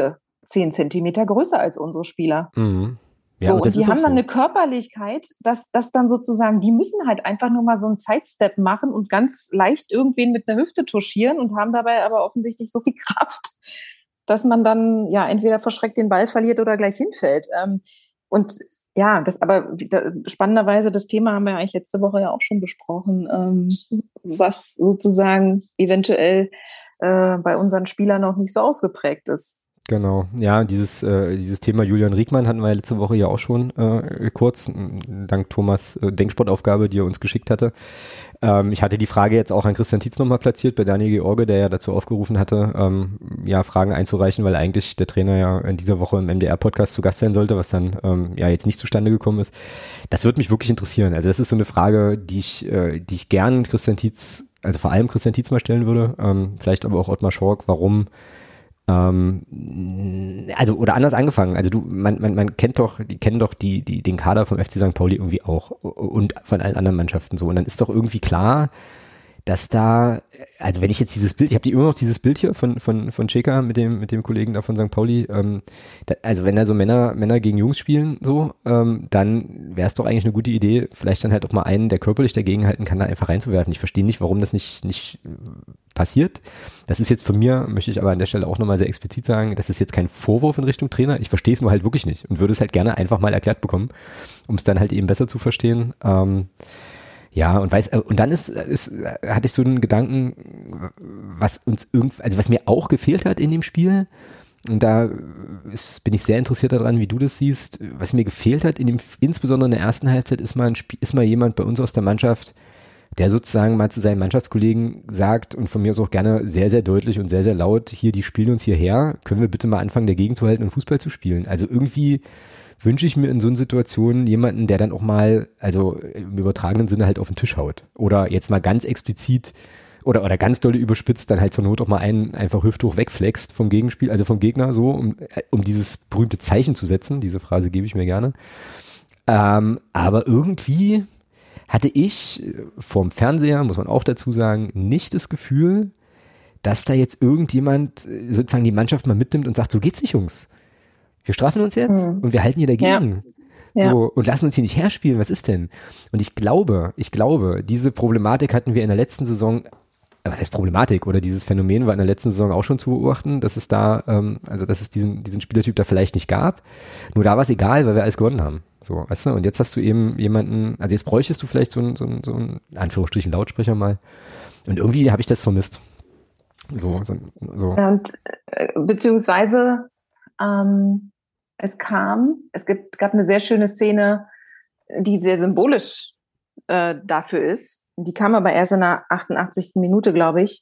10 Zentimeter größer als unsere Spieler. Mhm. Ja, so, und die haben dann eine Körperlichkeit, dass dann sozusagen, die müssen halt einfach nur mal so einen Sidestep machen und ganz leicht irgendwen mit einer Hüfte touchieren und haben dabei aber offensichtlich so viel Kraft, dass man dann ja entweder verschreckt den Ball verliert oder gleich hinfällt. Und ja, spannenderweise, das Thema haben wir eigentlich letzte Woche ja auch schon besprochen, was sozusagen eventuell bei unseren Spielern noch nicht so ausgeprägt ist. Genau, ja, dieses Thema Julian Riegmann hatten wir ja letzte Woche ja auch schon kurz, dank Thomas Denksportaufgabe, die er uns geschickt hatte. Ich hatte die Frage jetzt auch an Christian Tietz nochmal platziert, bei Daniel George, der ja dazu aufgerufen hatte, Fragen einzureichen, weil eigentlich der Trainer ja in dieser Woche im MDR-Podcast zu Gast sein sollte, was dann jetzt nicht zustande gekommen ist. Das würde mich wirklich interessieren. Also das ist so eine Frage, die ich gern Christian Tietz, also vor allem Christian Tietz mal stellen würde, vielleicht aber auch Ottmar Schork, warum oder anders angefangen, also man kennt doch, die kennen doch den Kader vom FC St. Pauli irgendwie auch und von allen anderen Mannschaften so, und dann ist doch irgendwie klar, dass da, also wenn ich jetzt dieses Bild, ich habe immer noch dieses Bild hier von Cheka mit dem Kollegen da von St. Pauli, also wenn da so Männer gegen Jungs spielen, so, dann wäre es doch eigentlich eine gute Idee, vielleicht dann halt auch mal einen, der körperlich dagegen halten kann, da einfach reinzuwerfen. Ich verstehe nicht, warum das nicht passiert. Das ist jetzt von mir, möchte ich aber an der Stelle auch nochmal sehr explizit sagen, das ist jetzt kein Vorwurf in Richtung Trainer, ich verstehe es nur halt wirklich nicht und würde es halt gerne einfach mal erklärt bekommen, um es dann halt eben besser zu verstehen. Ja, und dann hatte ich so einen Gedanken, was mir auch gefehlt hat in dem Spiel, und da bin ich sehr interessiert daran, wie du das siehst, was mir gefehlt hat insbesondere in der ersten Halbzeit, ist mal jemand bei uns aus der Mannschaft, der sozusagen mal zu seinen Mannschaftskollegen sagt, und von mir aus auch gerne sehr, sehr deutlich und sehr, sehr laut, hier, die spielen uns hierher, können wir bitte mal anfangen, dagegen zu halten und Fußball zu spielen. Also irgendwie wünsche ich mir in so einer Situation jemanden, der dann auch mal, also im übertragenen Sinne halt auf den Tisch haut. Oder jetzt mal ganz explizit oder ganz dolle überspitzt, dann halt zur Not auch mal einen einfach hüfthoch wegflext vom Gegenspiel, also vom Gegner so, um dieses berühmte Zeichen zu setzen. Diese Phrase gebe ich mir gerne. Aber irgendwie hatte ich vorm Fernseher, muss man auch dazu sagen, nicht das Gefühl, dass da jetzt irgendjemand sozusagen die Mannschaft mal mitnimmt und sagt, so geht's nicht, Jungs. Wir strafen uns jetzt und wir halten hier dagegen. Ja. So, und lassen uns hier nicht herspielen. Was ist denn? Und ich glaube, diese Problematik hatten wir in der letzten Saison, was heißt Problematik, oder dieses Phänomen war in der letzten Saison auch schon zu beobachten, dass es da, dass es diesen Spielertyp da vielleicht nicht gab. Nur da war es egal, weil wir alles gewonnen haben. So, weißt du? Und jetzt hast du eben jemanden, also jetzt bräuchtest du vielleicht so einen Anführungsstrichen Lautsprecher mal. Und irgendwie habe ich das vermisst. So. Und beziehungsweise es gab eine sehr schöne Szene, die sehr symbolisch dafür ist. Die kam aber erst in der 88. Minute, glaube ich,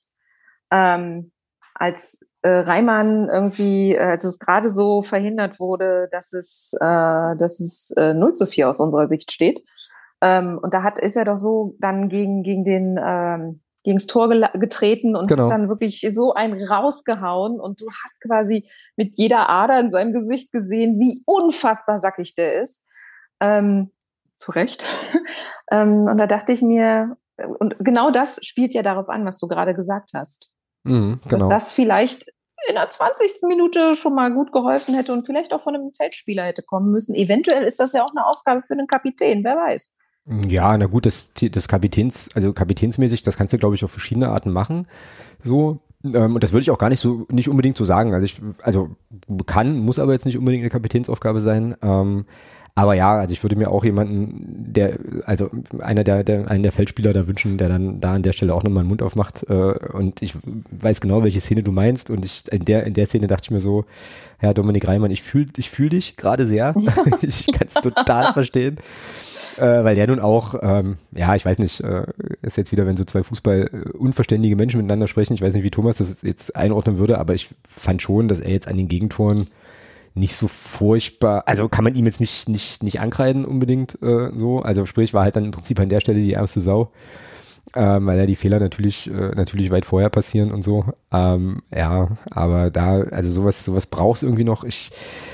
als Reimann irgendwie, als es gerade so verhindert wurde, dass es 0:4 aus unserer Sicht steht. Und da ist er doch so dann gegens Tor getreten und hat dann wirklich so einen rausgehauen, und du hast quasi mit jeder Ader in seinem Gesicht gesehen, wie unfassbar sackig der ist. Zu Recht. Und da dachte ich mir, und genau das spielt ja darauf an, was du gerade gesagt hast. Genau. Dass das vielleicht in der 20. Minute schon mal gut geholfen hätte und vielleicht auch von einem Feldspieler hätte kommen müssen. Eventuell ist das ja auch eine Aufgabe für den Kapitän, wer weiß. Ja, na gut, das kapitänsmäßig, das kannst du, glaube ich, auf verschiedene Arten machen. So, und das würde ich auch gar nicht unbedingt so sagen. Muss aber jetzt nicht unbedingt eine Kapitänsaufgabe sein. Aber ja, also ich würde mir auch jemanden, einen der Feldspieler da wünschen, der dann da an der Stelle auch nochmal den Mund aufmacht. Und ich weiß genau, welche Szene du meinst. Und in der Szene dachte ich mir so, ja, Dominik Reimann, ich fühl dich gerade sehr. Ich kann es total verstehen. Weil der nun auch, ich weiß nicht, ist jetzt wieder, wenn so zwei unverständige Menschen miteinander sprechen, ich weiß nicht, wie Thomas das jetzt einordnen würde, aber ich fand schon, dass er jetzt an den Gegentoren nicht so furchtbar, also kann man ihm jetzt nicht ankreiden unbedingt so, also sprich, war halt dann im Prinzip an der Stelle die ärmste Sau, weil ja die Fehler natürlich weit vorher passieren und so, aber da, also sowas brauchst irgendwie noch,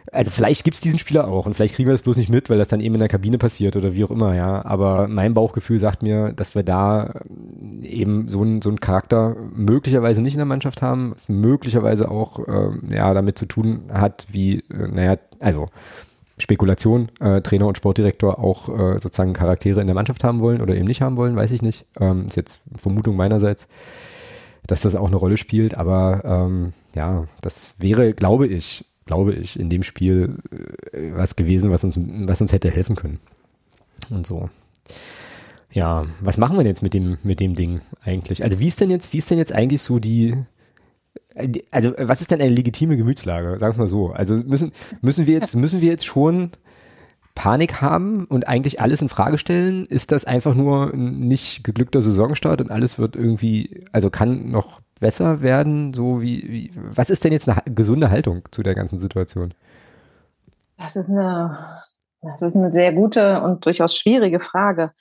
Also vielleicht gibt's diesen Spieler auch und vielleicht kriegen wir das bloß nicht mit, weil das dann eben in der Kabine passiert oder wie auch immer, ja. Aber mein Bauchgefühl sagt mir, dass wir da eben so einen Charakter möglicherweise nicht in der Mannschaft haben, was möglicherweise auch damit zu tun hat, wie, also Spekulation, Trainer und Sportdirektor auch sozusagen Charaktere in der Mannschaft haben wollen oder eben nicht haben wollen, weiß ich nicht. Ist jetzt Vermutung meinerseits, dass das auch eine Rolle spielt, aber das wäre, glaube ich, in dem Spiel was gewesen, was uns hätte helfen können. Und so. Ja, was machen wir jetzt mit dem Ding eigentlich? Also wie ist denn jetzt eigentlich so also was ist denn eine legitime Gemütslage? Sagen wir es mal so. Also müssen wir jetzt schon Panik haben und eigentlich alles in Frage stellen? Ist das einfach nur ein nicht geglückter Saisonstart und alles wird irgendwie, also kann noch besser werden? So was ist denn jetzt eine gesunde Haltung zu der ganzen Situation? Das ist eine sehr gute und durchaus schwierige Frage.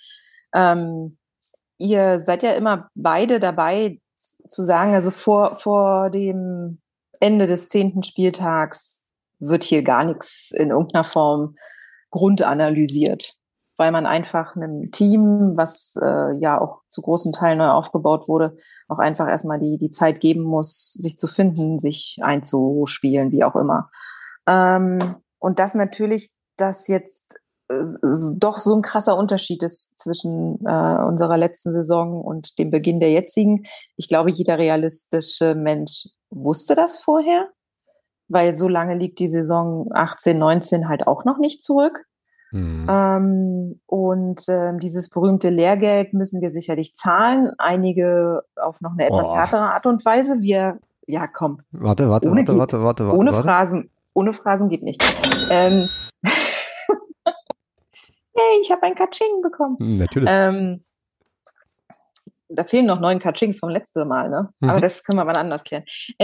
Ihr seid ja immer beide dabei zu sagen, also vor dem Ende des 10. Spieltags wird hier gar nichts in irgendeiner Form grundanalysiert, weil man einfach einem Team, was ja auch zu großen Teilen neu aufgebaut wurde, auch einfach erstmal die Zeit geben muss, sich zu finden, sich einzuspielen, wie auch immer. Und das natürlich, dass jetzt doch so ein krasser Unterschied ist zwischen unserer letzten Saison und dem Beginn der jetzigen. Ich glaube, jeder realistische Mensch wusste das vorher, weil so lange liegt die Saison 18, 19 halt auch noch nicht zurück. Mhm. Dieses berühmmte Lehrgeld müssen wir sicherlich zahlen. Einige auf noch eine etwas härtere Art und Weise. Komm. Warte. Ohne Phrasen geht nicht. Hey, ich habe ein Katsching bekommen. Natürlich. Da fehlen noch 9 Katschings vom letzten Mal, ne? Mhm. Aber das können wir mal anders klären.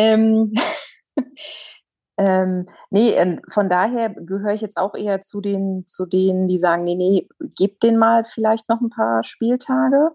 Von daher gehöre ich jetzt auch eher zu denen, die sagen, nee, gebt den mal vielleicht noch ein paar Spieltage.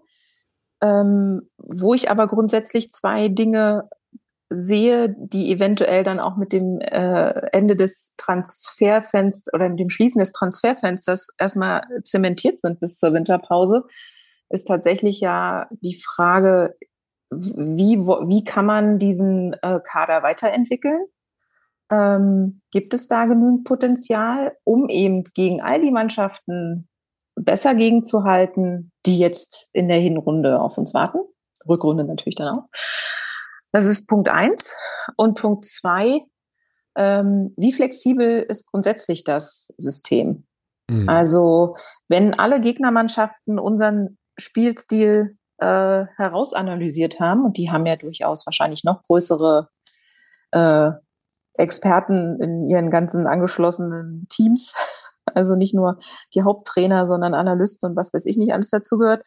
Wo ich aber grundsätzlich 2 Dinge sehe, die eventuell dann auch mit dem Ende des Transferfensters oder mit dem Schließen des Transferfensters erstmal zementiert sind bis zur Winterpause, ist tatsächlich ja die Frage, wie kann man diesen Kader weiterentwickeln? Gibt es da genügend Potenzial, um eben gegen all die Mannschaften besser gegenzuhalten, die jetzt in der Hinrunde auf uns warten? Rückrunde natürlich dann auch. Das ist Punkt 1. Und Punkt 2, wie flexibel ist grundsätzlich das System? Mhm. Also wenn alle Gegnermannschaften unseren Spielstil herausanalysiert haben, und die haben ja durchaus wahrscheinlich noch größere Experten in ihren ganzen angeschlossenen Teams, also nicht nur die Haupttrainer, sondern Analysten und was weiß ich nicht alles dazugehört.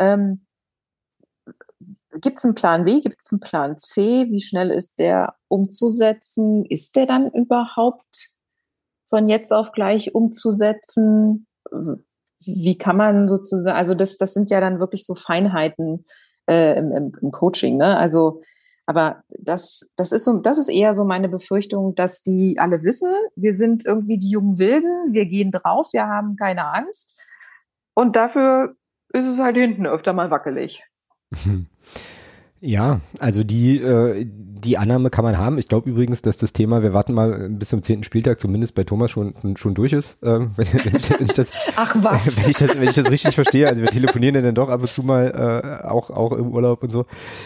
Gibt es einen Plan B? Gibt es einen Plan C? Wie schnell ist der umzusetzen? Ist der dann überhaupt von jetzt auf gleich umzusetzen? Wie kann man sozusagen, also das sind ja dann wirklich so Feinheiten im Coaching, ne? Also, aber das ist eher so meine Befürchtung, dass die alle wissen, wir sind irgendwie die jungen Wilden, wir gehen drauf, wir haben keine Angst. Und dafür ist es halt hinten öfter mal wackelig. Ja, also die Annahme kann man haben. Ich glaube übrigens, dass das Thema, wir warten mal bis zum 10. Spieltag, zumindest bei Thomas schon durch ist. Wenn ich das, ach was. Wenn ich das richtig verstehe. Also wir telefonieren ja dann doch ab und zu mal auch im Urlaub und so.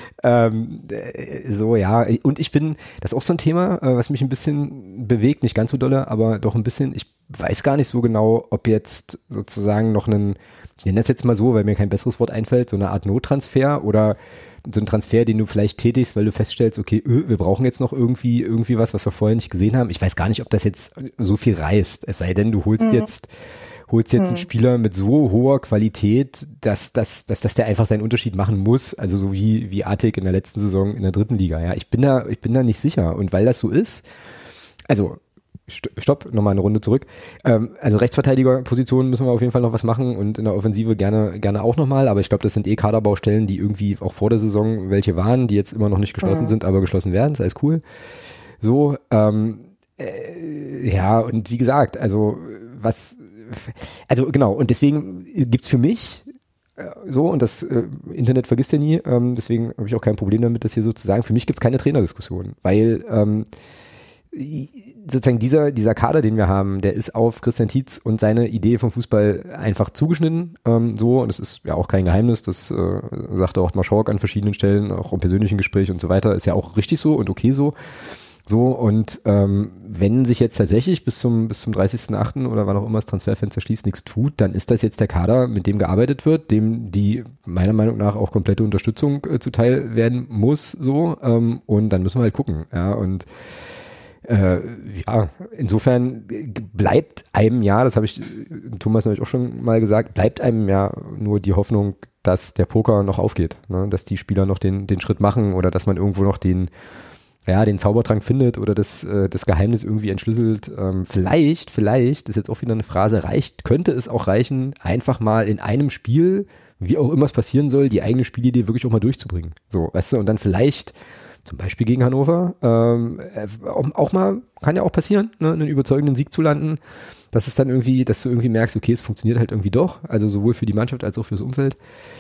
So, ja. Und das ist auch so ein Thema, was mich ein bisschen bewegt, nicht ganz so dolle, aber doch ein bisschen. Ich weiß gar nicht so genau, ob jetzt sozusagen noch ich nenne das jetzt mal so, weil mir kein besseres Wort einfällt, so eine Art Nottransfer oder so ein Transfer, den du vielleicht tätigst, weil du feststellst, okay, wir brauchen jetzt noch irgendwie was wir vorher nicht gesehen haben. Ich weiß gar nicht, ob das jetzt so viel reißt. Es sei denn, du holst jetzt einen Spieler mit so hoher Qualität, dass der einfach seinen Unterschied machen muss. Also so wie Atik in der letzten Saison in der 3. Liga. Ja, ich bin da nicht sicher. Und weil das so ist, also Stopp, nochmal eine Runde zurück. Also Rechtsverteidigerpositionen müssen wir auf jeden Fall noch was machen und in der Offensive gerne auch nochmal, aber ich glaube, das sind Kaderbaustellen, die irgendwie auch vor der Saison welche waren, die jetzt immer noch nicht geschlossen sind, aber geschlossen werden, sei es cool. So, Ja, und wie gesagt, also genau, und deswegen gibt's für mich so, und das Internet vergisst ja nie, deswegen habe ich auch kein Problem damit, das hier so zu sagen, für mich gibt's keine Trainerdiskussion, weil sozusagen dieser Kader, den wir haben, der ist auf Christian Tietz und seine Idee vom Fußball einfach zugeschnitten, so, und das ist ja auch kein Geheimnis, das sagte auch Marschalk an verschiedenen Stellen, auch im persönlichen Gespräch und so weiter, ist ja auch richtig so und okay so. So, und wenn sich jetzt tatsächlich bis zum 30.08. oder wann auch immer das Transferfenster schließt, nichts tut, dann ist das jetzt der Kader, mit dem gearbeitet wird, dem die meiner Meinung nach auch komplette Unterstützung zuteil werden muss, so, und dann müssen wir halt gucken, ja, und ja, insofern bleibt einem ja, das habe ich Thomas neulich auch schon mal gesagt, bleibt einem ja nur die Hoffnung, dass der Poker noch aufgeht, ne? Dass die Spieler noch den Schritt machen oder dass man irgendwo noch den Zaubertrank findet oder das Geheimnis irgendwie entschlüsselt. Vielleicht, das ist jetzt auch wieder eine Phrase, könnte es auch reichen, einfach mal in einem Spiel, wie auch immer es passieren soll, die eigene Spielidee wirklich auch mal durchzubringen. So, weißt du, und dann vielleicht zum Beispiel gegen Hannover, auch mal, kann ja auch passieren, ne, einen überzeugenden Sieg zu landen, dass es dann irgendwie, dass du irgendwie merkst, okay, es funktioniert halt irgendwie doch, also sowohl für die Mannschaft als auch fürs Umfeld.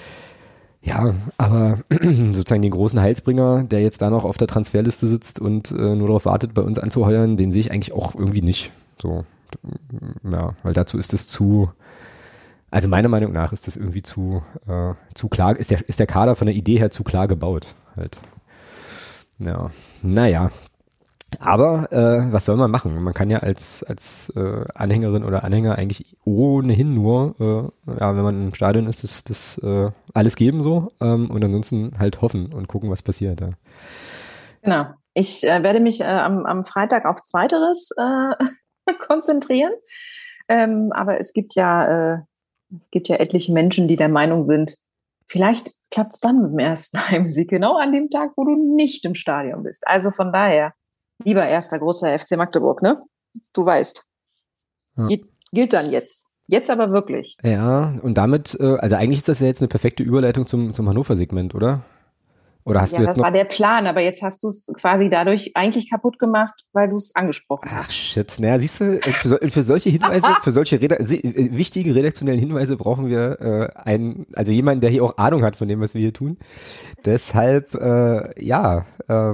Ja, aber sozusagen den großen Heilsbringer, der jetzt da noch auf der Transferliste sitzt und nur darauf wartet, bei uns anzuheuern, den sehe ich eigentlich auch irgendwie nicht. So, ja, weil dazu ist es also meiner Meinung nach ist das irgendwie zu klar, ist der Kader von der Idee her zu klar gebaut halt. Ja, naja. Aber was soll man machen? Man kann ja als Anhängerin oder Anhänger eigentlich ohnehin nur, wenn man im Stadion ist, das alles geben so und ansonsten halt hoffen und gucken, was passiert. Ja. Genau. Ich werde mich am Freitag auf Zweiteres konzentrieren. Aber es gibt ja etliche Menschen, die der Meinung sind, vielleicht klappt es dann mit dem ersten Heimsieg, genau an dem Tag, wo du nicht im Stadion bist. Also von daher, lieber erster großer FC Magdeburg, ne? Du weißt. Ja. Gilt dann jetzt. Jetzt aber wirklich. Ja, und damit, also eigentlich ist das ja jetzt eine perfekte Überleitung zum Hannover-Segment, oder? Oder hast du jetzt das war der Plan, aber jetzt hast du es quasi dadurch eigentlich kaputt gemacht, weil du es angesprochen hast. Ach shit, naja, siehst du, für solche Hinweise, für solche wichtigen redaktionellen Hinweise brauchen wir also jemanden, der hier auch Ahnung hat von dem, was wir hier tun. Deshalb, ja,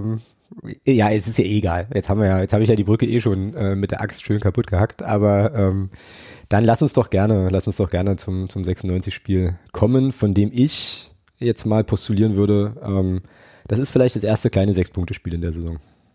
es ist ja eh egal. Jetzt habe ich ja die Brücke schon mit der Axt schön kaputt gehackt, aber dann lass uns doch gerne zum 96-Spiel kommen, von dem ich jetzt mal postulieren würde, das ist vielleicht das erste kleine 6-Punkte-Spiel in der Saison.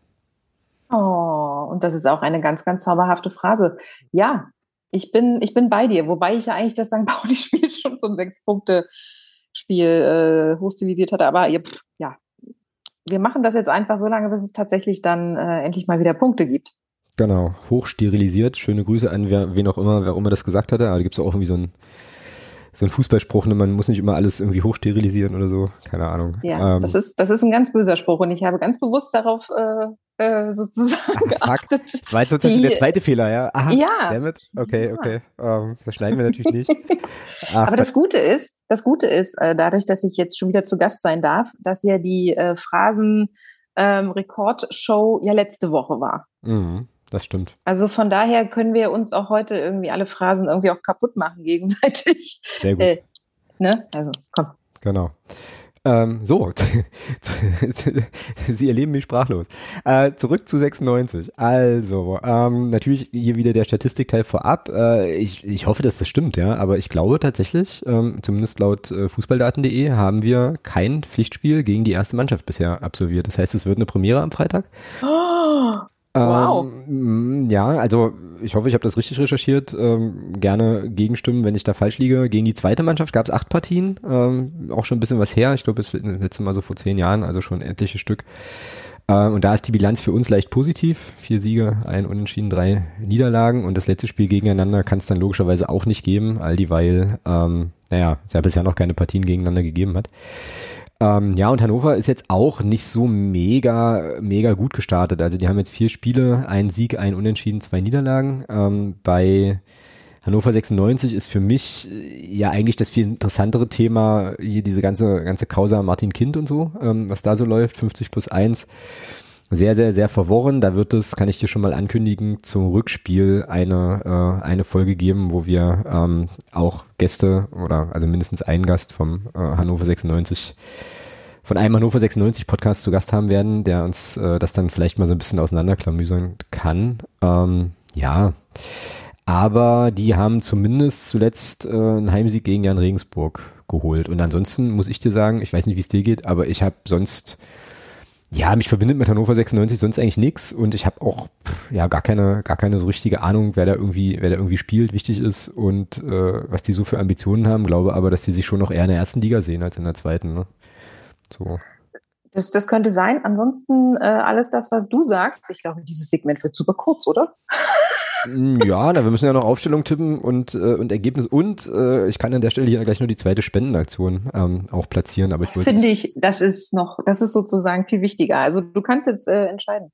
Oh, und das ist auch eine ganz, ganz zauberhafte Phrase. Ja, ich bin bei dir, wobei ich ja eigentlich das St. Pauli-Spiel schon zum 6-Punkte-Spiel hochstilisiert hatte, aber ja, wir machen das jetzt einfach so lange, bis es tatsächlich dann endlich mal wieder Punkte gibt. Genau, hochsterilisiert. Schöne Grüße an wer auch immer das gesagt hatte, aber da gibt es auch irgendwie so ein Fußballspruch, ne? Man muss nicht immer alles irgendwie hochsterilisieren oder so, keine Ahnung. Ja, das ist ein ganz böser Spruch und ich habe ganz bewusst darauf sozusagen geachtet. Das war jetzt sozusagen der zweite Fehler, ja? Aha, ja. Dammit. Okay. Das schneiden wir natürlich nicht. Aber das Gute ist, dadurch, dass ich jetzt schon wieder zu Gast sein darf, dass ja die Phrasen-Rekordshow ja letzte Woche war. Mhm. Das stimmt. Also von daher können wir uns auch heute irgendwie alle Phrasen irgendwie auch kaputt machen gegenseitig. Sehr gut. Ne? Also, komm. Genau. So, Sie erleben mich sprachlos. Zurück zu 96. Also, natürlich hier wieder der Statistikteil vorab. Ich hoffe, dass das stimmt, ja, aber ich glaube tatsächlich, zumindest laut fußballdaten.de haben wir kein Pflichtspiel gegen die erste Mannschaft bisher absolviert. Das heißt, es wird eine Premiere am Freitag. Oh. Wow. Ja, also ich hoffe, ich habe das richtig recherchiert. Gerne gegenstimmen, wenn ich da falsch liege. Gegen die zweite Mannschaft gab es 8 Partien, auch schon ein bisschen was her. Ich glaube, das letzte Mal so vor 10 Jahren, also schon ein etliches Stück. Und da ist die Bilanz für uns leicht positiv. 4 Siege, 1 Unentschieden, 3 Niederlagen. Und das letzte Spiel gegeneinander kann es dann logischerweise auch nicht geben, all dieweil, es ja bisher noch keine Partien gegeneinander gegeben hat. Ja, und Hannover ist jetzt auch nicht so mega gut gestartet. Also die haben jetzt 4 Spiele, 1 Sieg, 1 Unentschieden, 2 Niederlagen. Bei Hannover 96 ist für mich ja eigentlich das viel interessantere Thema hier diese ganze Causa Martin Kind und so, was da so läuft, 50+1. sehr, sehr, sehr verworren. Da wird es, kann ich dir schon mal ankündigen, zum Rückspiel eine Folge geben, wo wir auch Gäste oder also mindestens einen Gast vom Hannover 96, von einem Hannover 96 Podcast zu Gast haben werden, der uns das dann vielleicht mal so ein bisschen auseinanderklamüsern kann. Ja, aber die haben zumindest zuletzt einen Heimsieg gegen Jan Regensburg geholt. Und ansonsten muss ich dir sagen, ich weiß nicht, wie es dir geht, aber ich habe sonst, ja, mich verbindet mit Hannover 96 sonst eigentlich nichts und ich habe auch ja gar keine so richtige Ahnung, wer da irgendwie spielt, wichtig ist und was die so für Ambitionen haben. Glaube aber, dass die sich schon noch eher in der ersten Liga sehen als in der zweiten. Ne? So. Das könnte sein. Ansonsten alles das, was du sagst. Ich glaube, dieses Segment wird super kurz, oder? Ja, wir müssen ja noch Aufstellung tippen und Ergebnis und ich kann an der Stelle hier gleich nur die zweite Spendenaktion auch platzieren. Aber das finde ich, das ist sozusagen viel wichtiger. Also du kannst jetzt entscheiden,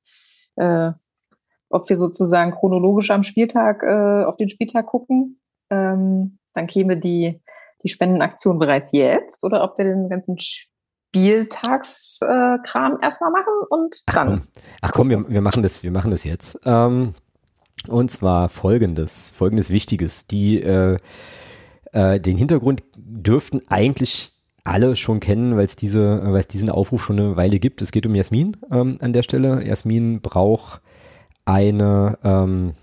ob wir sozusagen chronologisch am Spieltag auf den Spieltag gucken. Dann käme die Spendenaktion bereits jetzt oder ob wir den ganzen Spieltagskram erstmal machen und dann. Ach komm, wir machen das jetzt. Und zwar folgendes Wichtiges. Den Hintergrund dürften eigentlich alle schon kennen, weil es diesen Aufruf schon eine Weile gibt. Es geht um Jasmin an der Stelle. Jasmin braucht eine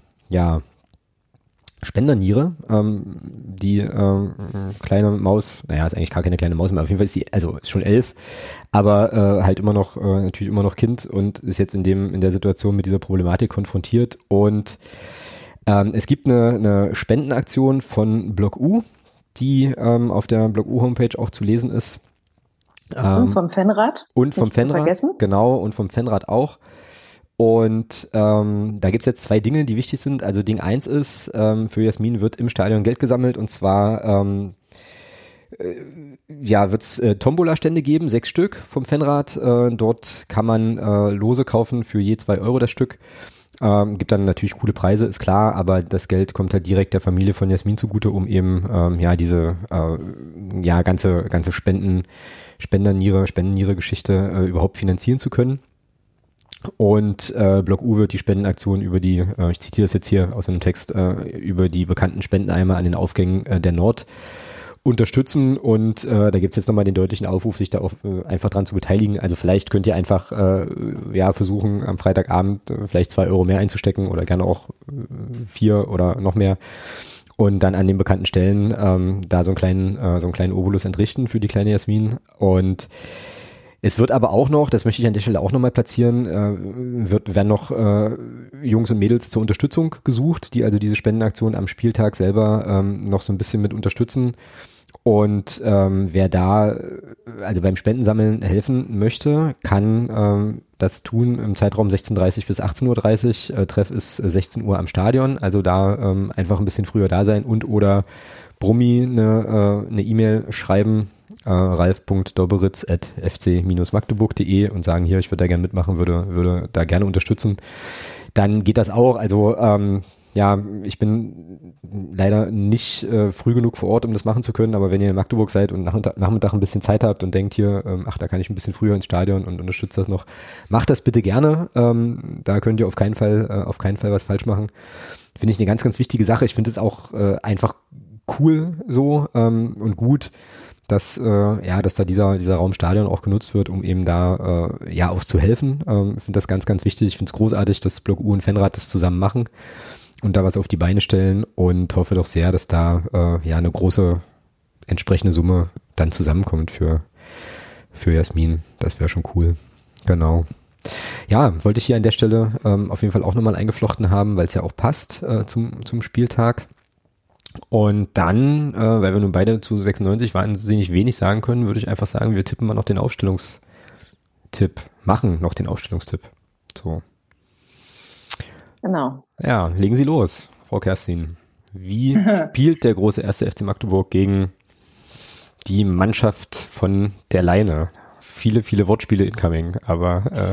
Spenderniere, die kleine Maus, naja, ist eigentlich gar keine kleine Maus mehr, auf jeden Fall ist sie, also ist schon 11, aber halt natürlich immer noch Kind und ist jetzt in der Situation mit dieser Problematik konfrontiert und es gibt eine Spendenaktion von Block U, die auf der Block U Homepage auch zu lesen ist. Und vom Fanrad. Und vom Fanrad, genau, und vom Fanrad auch. Und da gibt's jetzt zwei Dinge, die wichtig sind. Also Ding 1 ist, für Jasmin wird im Stadion Geld gesammelt und zwar wird's Tombola-Stände geben, 6 Stück vom Fanrad. Dort kann man Lose kaufen für je 2 Euro das Stück. Gibt dann natürlich coole Preise, ist klar, aber das Geld kommt halt direkt der Familie von Jasmin zugute, um eben diese ganze Spendenniere-Geschichte überhaupt finanzieren zu können. Und Block U wird die Spendenaktion über die, ich zitiere das jetzt hier aus einem Text, über die bekannten Spendeneimer an den Aufgängen der Nord unterstützen und da gibt's jetzt nochmal den deutlichen Aufruf, sich da auch einfach dran zu beteiligen. Also vielleicht könnt ihr einfach versuchen, am Freitagabend vielleicht 2 Euro mehr einzustecken oder gerne auch 4 oder noch mehr und dann an den bekannten Stellen da so einen kleinen Obolus entrichten für die kleine Jasmin. Und es wird aber auch noch, das möchte ich an der Stelle auch nochmal platzieren, werden noch Jungs und Mädels zur Unterstützung gesucht, die also diese Spendenaktion am Spieltag selber noch so ein bisschen mit unterstützen. Und wer da also beim Spendensammeln helfen möchte, kann das tun im Zeitraum 16:30 bis 18:30 Uhr. Treff ist 16 Uhr am Stadion, also da einfach ein bisschen früher da sein und oder Brummi eine E-Mail schreiben, ralf.doberitz@fc-magdeburg.de und sagen, hier, ich würde da gerne mitmachen, würde da gerne unterstützen. Dann geht das auch. Also ich bin leider nicht früh genug vor Ort, um das machen zu können, aber wenn ihr in Magdeburg seid und Nachmittag ein bisschen Zeit habt und denkt hier, da kann ich ein bisschen früher ins Stadion und unterstützt das noch, macht das bitte gerne. Da könnt ihr auf keinen Fall was falsch machen. Finde ich eine ganz, ganz wichtige Sache. Ich finde es auch einfach cool so und gut, dass da dieser Raum Stadion auch genutzt wird, um eben da auch zu helfen. Ich finde das ganz, ganz wichtig. Ich finde es großartig, dass Block U und Fanrad das zusammen machen und da was auf die Beine stellen und hoffe doch sehr, dass da eine große entsprechende Summe dann zusammenkommt für Jasmin. Das wäre schon cool. Genau. Ja, wollte ich hier an der Stelle auf jeden Fall auch nochmal eingeflochten haben, weil es ja auch passt zum Spieltag. Und dann, weil wir nun beide zu 96 wahnsinnig wenig sagen können, würde ich einfach sagen, wir tippen mal noch den Aufstellungstipp. So. Genau. Ja, legen Sie los, Frau Kerstin. Wie spielt der große 1. FC Magdeburg gegen die Mannschaft von der Leine? Viele, viele Wortspiele incoming, aber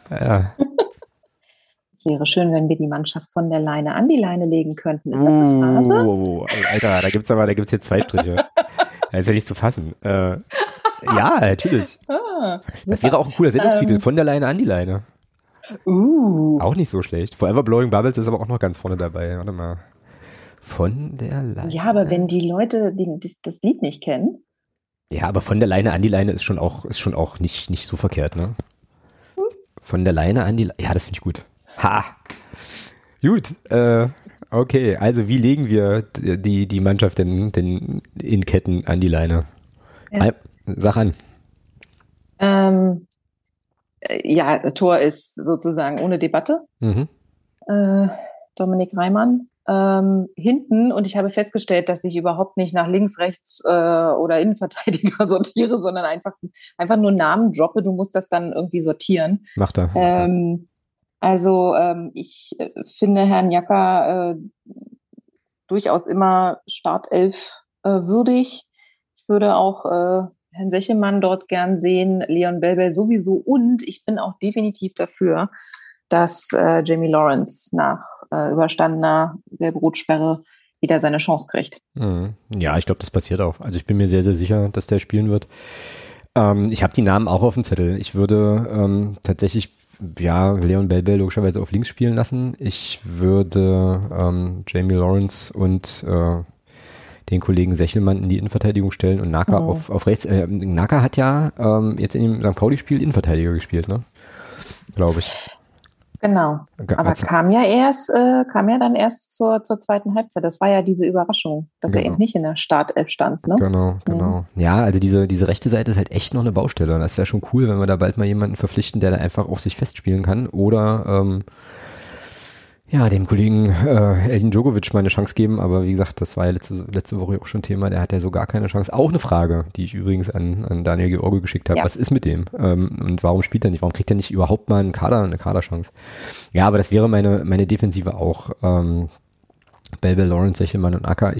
Es wäre schön, wenn wir die Mannschaft von der Leine an die Leine legen könnten. Ist das eine Phrase? Alter, da gibt's jetzt 2 Striche. Das ist ja nicht zu fassen. Ja, natürlich. Das wäre auch ein cooler Sendungstitel, von der Leine an die Leine. Auch nicht so schlecht. Forever Blowing Bubbles ist aber auch noch ganz vorne dabei. Warte mal. Von der Leine. Ja, aber wenn die Leute das Lied nicht kennen. Ja, aber von der Leine an die Leine ist schon auch nicht so verkehrt, ne? Von der Leine an die Leine. Ja, das finde ich gut. Ha! Gut, okay. Also wie legen wir die Mannschaft denn in Ketten an die Leine? Ja. Sag an. Ja, Tor ist sozusagen ohne Debatte. Mhm. Dominik Reimann. Hinten, und ich habe festgestellt, dass ich überhaupt nicht nach links, rechts oder Innenverteidiger sortiere, sondern einfach nur Namen droppe. Du musst das dann irgendwie sortieren. Macht er. Ich finde Herrn Jacker durchaus immer Startelf würdig. Ich würde auch Herrn Sechelmann dort gern sehen, Leon Belbel sowieso, und ich bin auch definitiv dafür, dass Jamie Lawrence nach überstandener Gelb-Rot-Sperre wieder seine Chance kriegt. Ja, ich glaube, das passiert auch. Also ich bin mir sehr, sehr sicher, dass der spielen wird. Ich habe die Namen auch auf dem Zettel. Ich würde tatsächlich Leon Belbel logischerweise auf links spielen lassen. Ich würde Jamie Lawrence und den Kollegen Sechelmann in die Innenverteidigung stellen und Naka auf rechts. Naka hat ja jetzt in dem St. Pauli-Spiel Innenverteidiger gespielt, ne? Glaube ich. Genau. Aber kam ja dann erst zur zweiten Halbzeit. Das war ja diese Überraschung, dass er eben nicht in der Startelf stand, ne? Genau. Ja, also diese rechte Seite ist halt echt noch eine Baustelle. Das wäre schon cool, wenn wir da bald mal jemanden verpflichten, der da einfach auf sich festspielen kann. Oder dem Kollegen Eldin Djokovic mal eine Chance geben, aber wie gesagt, das war ja letzte Woche auch schon Thema, der hat ja so gar keine Chance. Auch eine Frage, die ich übrigens an Daniel George geschickt habe. Ja. Was ist mit dem? Und warum spielt er nicht? Warum kriegt er nicht überhaupt mal eine Kaderchance? Ja, aber das wäre meine Defensive auch. Belbel, Lawrence, Sechelmann und Acker.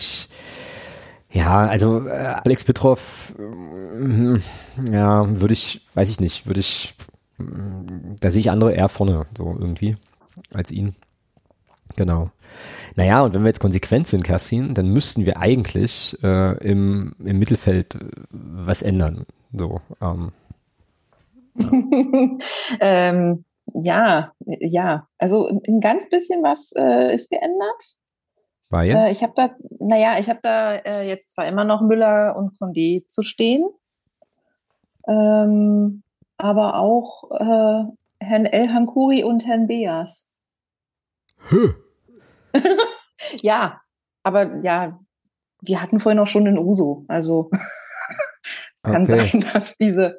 Alex Pitroff, da sehe ich andere eher vorne, so irgendwie, als ihn. Genau. Naja, und wenn wir jetzt konsequent sind, Kerstin, dann müssten wir eigentlich im Mittelfeld was ändern. So. Ja. Also ein ganz bisschen was ist geändert. Weil? Ich habe da jetzt zwar immer noch Müller und Condé zu stehen, aber auch Herrn El Hankouri und Herrn Beas. Ja, aber ja, wir hatten vorhin auch schon den Uso. Also es kann sein, dass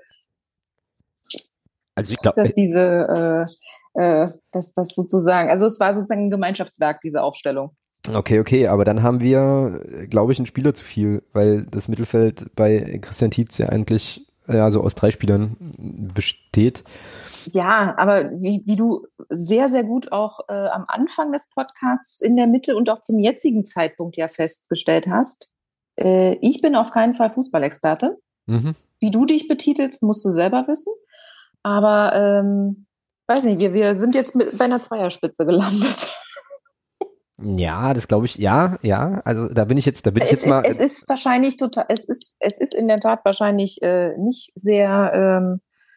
das sozusagen, also es war sozusagen ein Gemeinschaftswerk, diese Aufstellung. Okay, aber dann haben wir, glaube ich, einen Spieler zu viel, weil das Mittelfeld bei Christian Tietz ja eigentlich so aus 3 Spielern besteht. Ja, aber wie du sehr, sehr gut auch am Anfang des Podcasts, in der Mitte und auch zum jetzigen Zeitpunkt ja festgestellt hast, ich bin auf keinen Fall Fußballexperte. Mhm. Wie du dich betitelst, musst du selber wissen. Aber weiß nicht, wir sind jetzt bei einer Zweierspitze gelandet. Ja, das glaube ich, ja. Also da bin ich jetzt mal. Es ist wahrscheinlich es ist in der Tat wahrscheinlich nicht sehr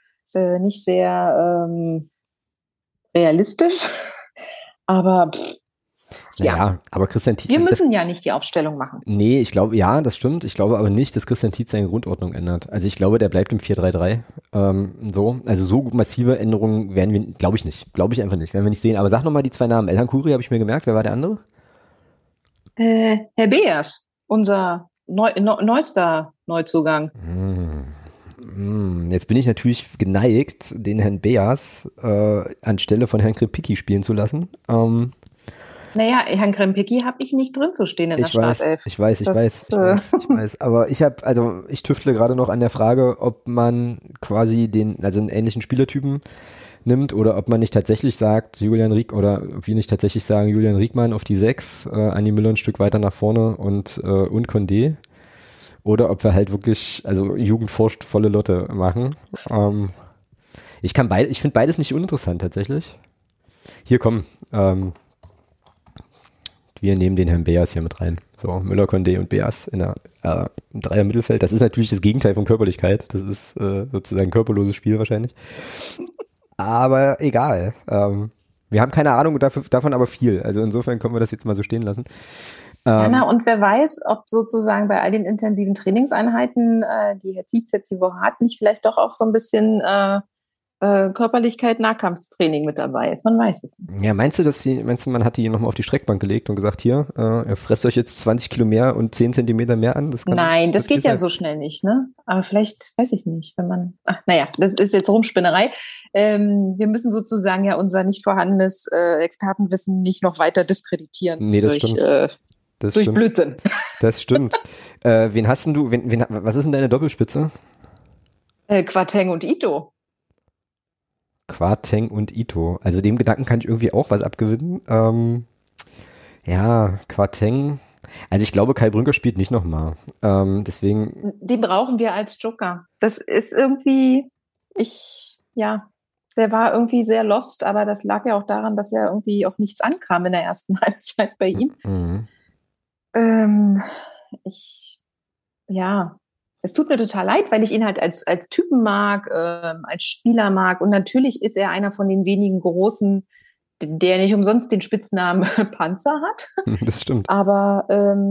realistisch, aber aber Christian Tietz. Wir müssen ja nicht die Aufstellung machen. Nee, ich glaube, ja, das stimmt. Ich glaube aber nicht, dass Christian Tietz seine Grundordnung ändert. Also ich glaube, der bleibt im 4-3-3. Also so massive Änderungen werden wir, glaube ich nicht. Glaube ich einfach nicht. Werden wir nicht sehen. Aber sag nochmal die 2 Namen. El Hankouri habe ich mir gemerkt. Wer war der andere? Herr Beers, unser neuester Neuzugang. Jetzt bin ich natürlich geneigt, den Herrn Beas anstelle von Herrn Krempicki spielen zu lassen. Naja, Herrn Krempicki habe ich nicht drin zu stehen in der Startelf. Ich weiß. Aber ich tüftle gerade noch an der Frage, ob man quasi einen ähnlichen Spielertypen nimmt oder ob man nicht tatsächlich sagt, Julian Riegmann auf die 6, Andi Müller ein Stück weiter nach vorne und Condé. Oder ob wir halt wirklich, Jugendforscht volle Lotte machen. Ich finde beides nicht uninteressant tatsächlich. Hier komm, wir nehmen den Herrn Beas hier mit rein. So, Müller, Condé und Beas im Dreier-Mittelfeld. Das ist natürlich das Gegenteil von Körperlichkeit. Das ist sozusagen ein körperloses Spiel wahrscheinlich. aber egal. Wir haben keine Ahnung davon aber viel. Also insofern können wir das jetzt mal so stehen lassen. Ja, und wer weiß, ob sozusagen bei all den intensiven Trainingseinheiten, die Herr Zietz jetzt die Woche hat, nicht vielleicht doch auch so ein bisschen Körperlichkeit, Nahkampftraining mit dabei ist. Man weiß es nicht. Ja, meinst du, man hat die nochmal auf die Streckbank gelegt und gesagt, hier, ihr fresst euch jetzt 20 Kilo mehr und 10 Zentimeter mehr an? Nein, das geht ja so schnell nicht, ne? Aber vielleicht, weiß ich nicht, wenn man, das ist jetzt Rumspinnerei. Wir müssen sozusagen ja unser nicht vorhandenes Expertenwissen nicht noch weiter diskreditieren. Nee, das stimmt. Durch Blödsinn. Das stimmt. Wen hast denn du, was ist denn deine Doppelspitze? Quateng und Ito. Quateng und Ito. Also dem Gedanken kann ich irgendwie auch was abgewinnen. Quateng. Also ich glaube, Kai Brünker spielt nicht nochmal. Deswegen. Den brauchen wir als Joker. Das ist irgendwie, der war irgendwie sehr lost, aber das lag ja auch daran, dass ja irgendwie auch nichts ankam in der ersten Halbzeit bei ihm. Mhm. Es tut mir total leid, weil ich ihn halt als Typen mag, als Spieler mag. Und natürlich ist er einer von den wenigen Großen, der nicht umsonst den Spitznamen Panzer hat. Das stimmt. Aber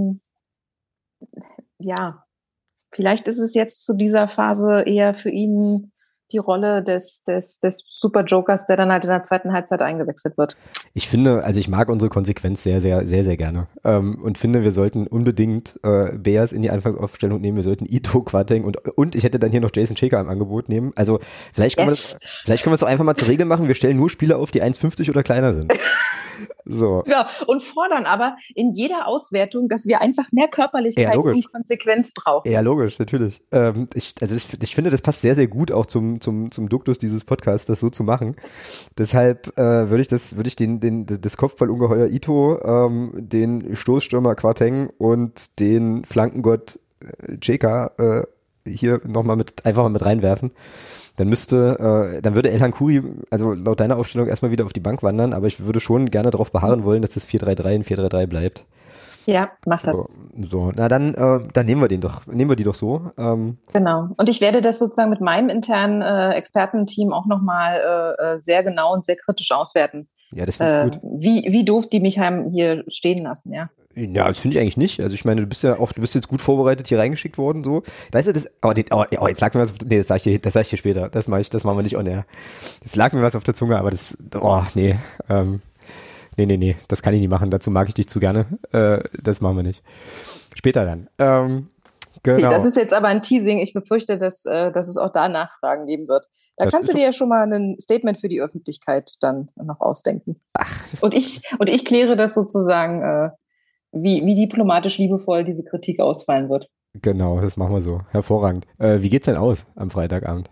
vielleicht ist es jetzt zu dieser Phase eher für ihn die Rolle des Super-Jokers, der dann halt in der zweiten Halbzeit eingewechselt wird. Ich finde, also ich mag unsere Konsequenz sehr, sehr, sehr, sehr gerne. Und finde, wir sollten unbedingt Bears in die Anfangsaufstellung nehmen. Wir sollten Ito, Quateng und ich hätte dann hier noch Jason Checker im Angebot nehmen. Also vielleicht können wir es doch einfach mal zur Regel machen. Wir stellen nur Spieler auf, die 1,50 oder kleiner sind. So. Ja, und fordern aber in jeder Auswertung, dass wir einfach mehr Körperlichkeit und Konsequenz brauchen. Ja, logisch, natürlich. Ich finde, das passt sehr, sehr gut auch zum Duktus dieses Podcasts, das so zu machen. Deshalb würde ich das Kopfballungeheuer Ito, den Stoßstürmer Quateng und den Flankengott Cheka hier nochmal einfach mal mit reinwerfen. Dann würde Elhan Khoury, also laut deiner Aufstellung, erstmal wieder auf die Bank wandern, aber ich würde schon gerne darauf beharren wollen, dass das 4-3-3 ein 4-3-3 bleibt. Ja, mach das. So. Na dann nehmen wir die doch so. Genau. Und ich werde das sozusagen mit meinem internen Expertenteam auch nochmal sehr genau und sehr kritisch auswerten. Ja, das finde ich gut. Wie doof die mich haben hier stehen lassen, ja. Ja, das finde ich eigentlich nicht. Also ich meine, du bist jetzt gut vorbereitet hier reingeschickt worden, so. Weißt du, jetzt lag mir was auf, nee, das sag ich dir später. Das machen wir nicht on air. Jetzt lag mir was auf der Zunge, aber das, nee, das kann ich nicht machen. Dazu mag ich dich zu gerne. Das machen wir nicht. Später dann. Genau. Okay, das ist jetzt aber ein Teasing. Ich befürchte, dass es auch da Nachfragen geben wird. Da kannst du dir ja schon mal ein Statement für die Öffentlichkeit dann noch ausdenken. Und ich kläre das sozusagen, wie diplomatisch liebevoll diese Kritik ausfallen wird. Genau, das machen wir so. Hervorragend. Wie geht's denn aus am Freitagabend?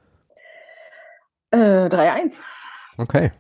3-1. Okay.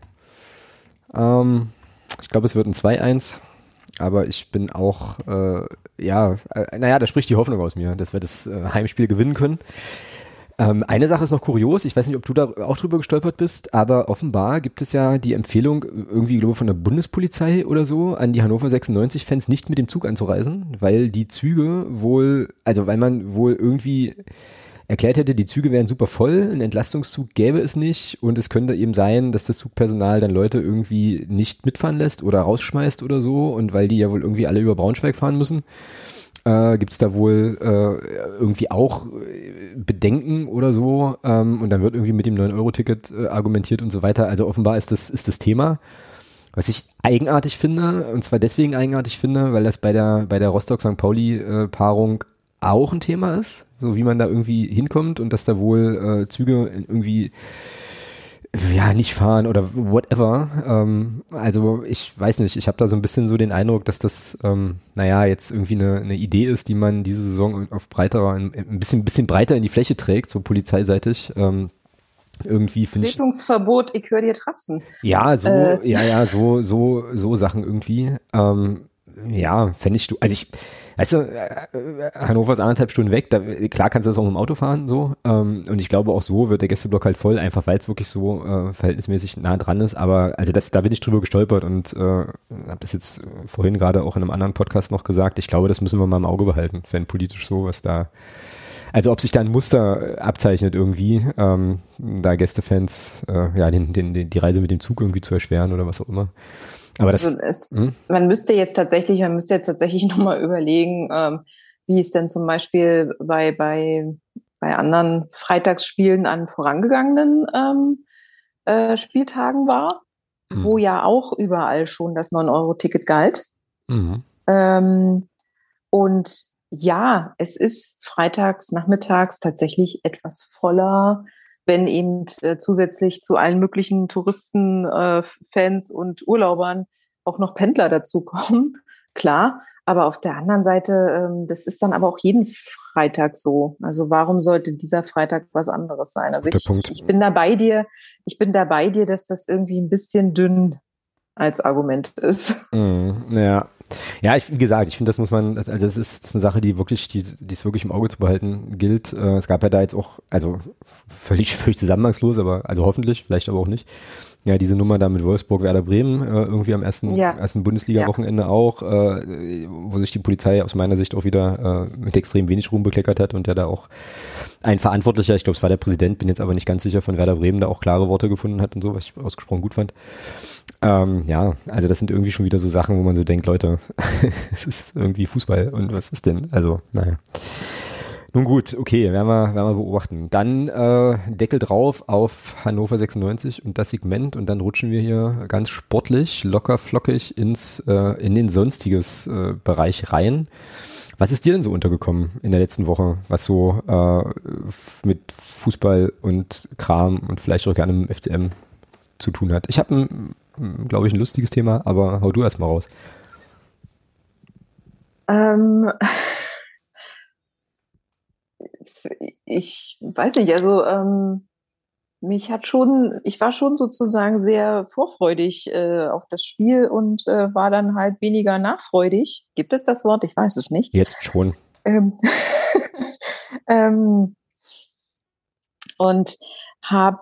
Ich glaube, es wird ein 2-1. Aber ich bin auch, da spricht die Hoffnung aus mir, dass wir das Heimspiel gewinnen können. Eine Sache ist noch kurios, ich weiß nicht, ob du da auch drüber gestolpert bist, aber offenbar gibt es ja die Empfehlung, irgendwie, glaube ich, von der Bundespolizei oder so, an die Hannover 96-Fans nicht mit dem Zug anzureisen, weil die Züge weil man wohl irgendwie erklärt hätte, die Züge wären super voll, einen Entlastungszug gäbe es nicht und es könnte eben sein, dass das Zugpersonal dann Leute irgendwie nicht mitfahren lässt oder rausschmeißt oder so und weil die ja wohl irgendwie alle über Braunschweig fahren müssen, gibt es da wohl irgendwie auch Bedenken oder so und dann wird irgendwie mit dem 9-Euro-Ticket argumentiert und so weiter. Also offenbar ist das Thema, was ich eigenartig finde und zwar deswegen eigenartig finde, weil das bei der Rostock-St. Pauli-Paarung auch ein Thema ist, so wie man da irgendwie hinkommt und dass da wohl Züge irgendwie nicht fahren oder whatever. Also ich weiß nicht, ich habe da so ein bisschen so den Eindruck, dass das jetzt irgendwie eine Idee ist, die man diese Saison ein bisschen breiter in die Fläche trägt, so polizeiseitig. Irgendwie finde ich. Tretungsverbot, ich höre dir trapsen. Ja, so Sachen irgendwie. Fände ich, weißt du, Hannover ist 1,5 Stunden weg, klar kannst du das auch mit dem Auto fahren, so, und ich glaube auch so wird der Gästeblock halt voll, einfach weil es wirklich so verhältnismäßig nah dran ist, aber also da bin ich drüber gestolpert und habe das jetzt vorhin gerade auch in einem anderen Podcast noch gesagt, ich glaube, das müssen wir mal im Auge behalten, wenn politisch so, was da Also ob sich da ein Muster abzeichnet irgendwie, da Gästefans die Reise mit dem Zug irgendwie zu erschweren oder was auch immer. Aber das, also man müsste jetzt tatsächlich nochmal überlegen, wie es denn zum Beispiel bei anderen Freitagsspielen an vorangegangenen Spieltagen war, wo ja auch überall schon das 9-Euro-Ticket galt. Und ja, es ist freitags, nachmittags tatsächlich etwas voller, wenn eben zusätzlich zu allen möglichen Touristen, Fans und Urlaubern auch noch Pendler dazukommen. Klar, aber auf der anderen Seite, das ist dann aber auch jeden Freitag so. Also warum sollte dieser Freitag was anderes sein? Also ich bin da bei dir, dass das irgendwie ein bisschen dünn als Argument ist. Ja. Ja, wie gesagt, ich finde, das muss man, das ist eine Sache, die es wirklich im Auge zu behalten gilt. Es gab ja da jetzt auch, also völlig zusammenhangslos, aber also hoffentlich, vielleicht aber auch nicht. Ja, diese Nummer da mit Wolfsburg, Werder Bremen, irgendwie am ersten Bundesliga-Wochenende auch, wo sich die Polizei aus meiner Sicht auch wieder mit extrem wenig Ruhm bekleckert hat und der da auch ein Verantwortlicher, ich glaube, es war der Präsident, bin jetzt aber nicht ganz sicher, von Werder Bremen, da auch klare Worte gefunden hat und so, was ich ausgesprochen gut fand. Ja, also das sind irgendwie schon wieder so Sachen, wo man so denkt, Leute, es ist irgendwie Fußball und was ist denn? Also, naja. Nun gut, okay, werden wir beobachten. Dann Deckel drauf auf Hannover 96 und das Segment und dann rutschen wir hier ganz sportlich, locker flockig in den sonstiges Bereich rein. Was ist dir denn so untergekommen in der letzten Woche, was so mit Fußball und Kram und vielleicht auch gerne mit dem FCM zu tun hat? Ich habe glaube ich, ein lustiges Thema, aber hau du erst mal raus. Ich weiß nicht, also ich war schon sozusagen sehr vorfreudig auf das Spiel und war dann halt weniger nachfreudig. Gibt es das Wort? Ich weiß es nicht. Jetzt schon. Und habe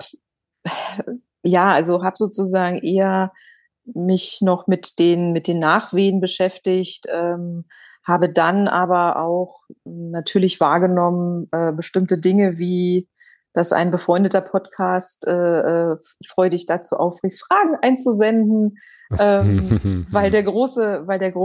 sozusagen eher mich noch mit den Nachwehen beschäftigt, habe dann aber auch natürlich wahrgenommen bestimmte Dinge wie, dass ein befreundeter Podcast freudig dazu aufrief, Fragen einzusenden, weil der große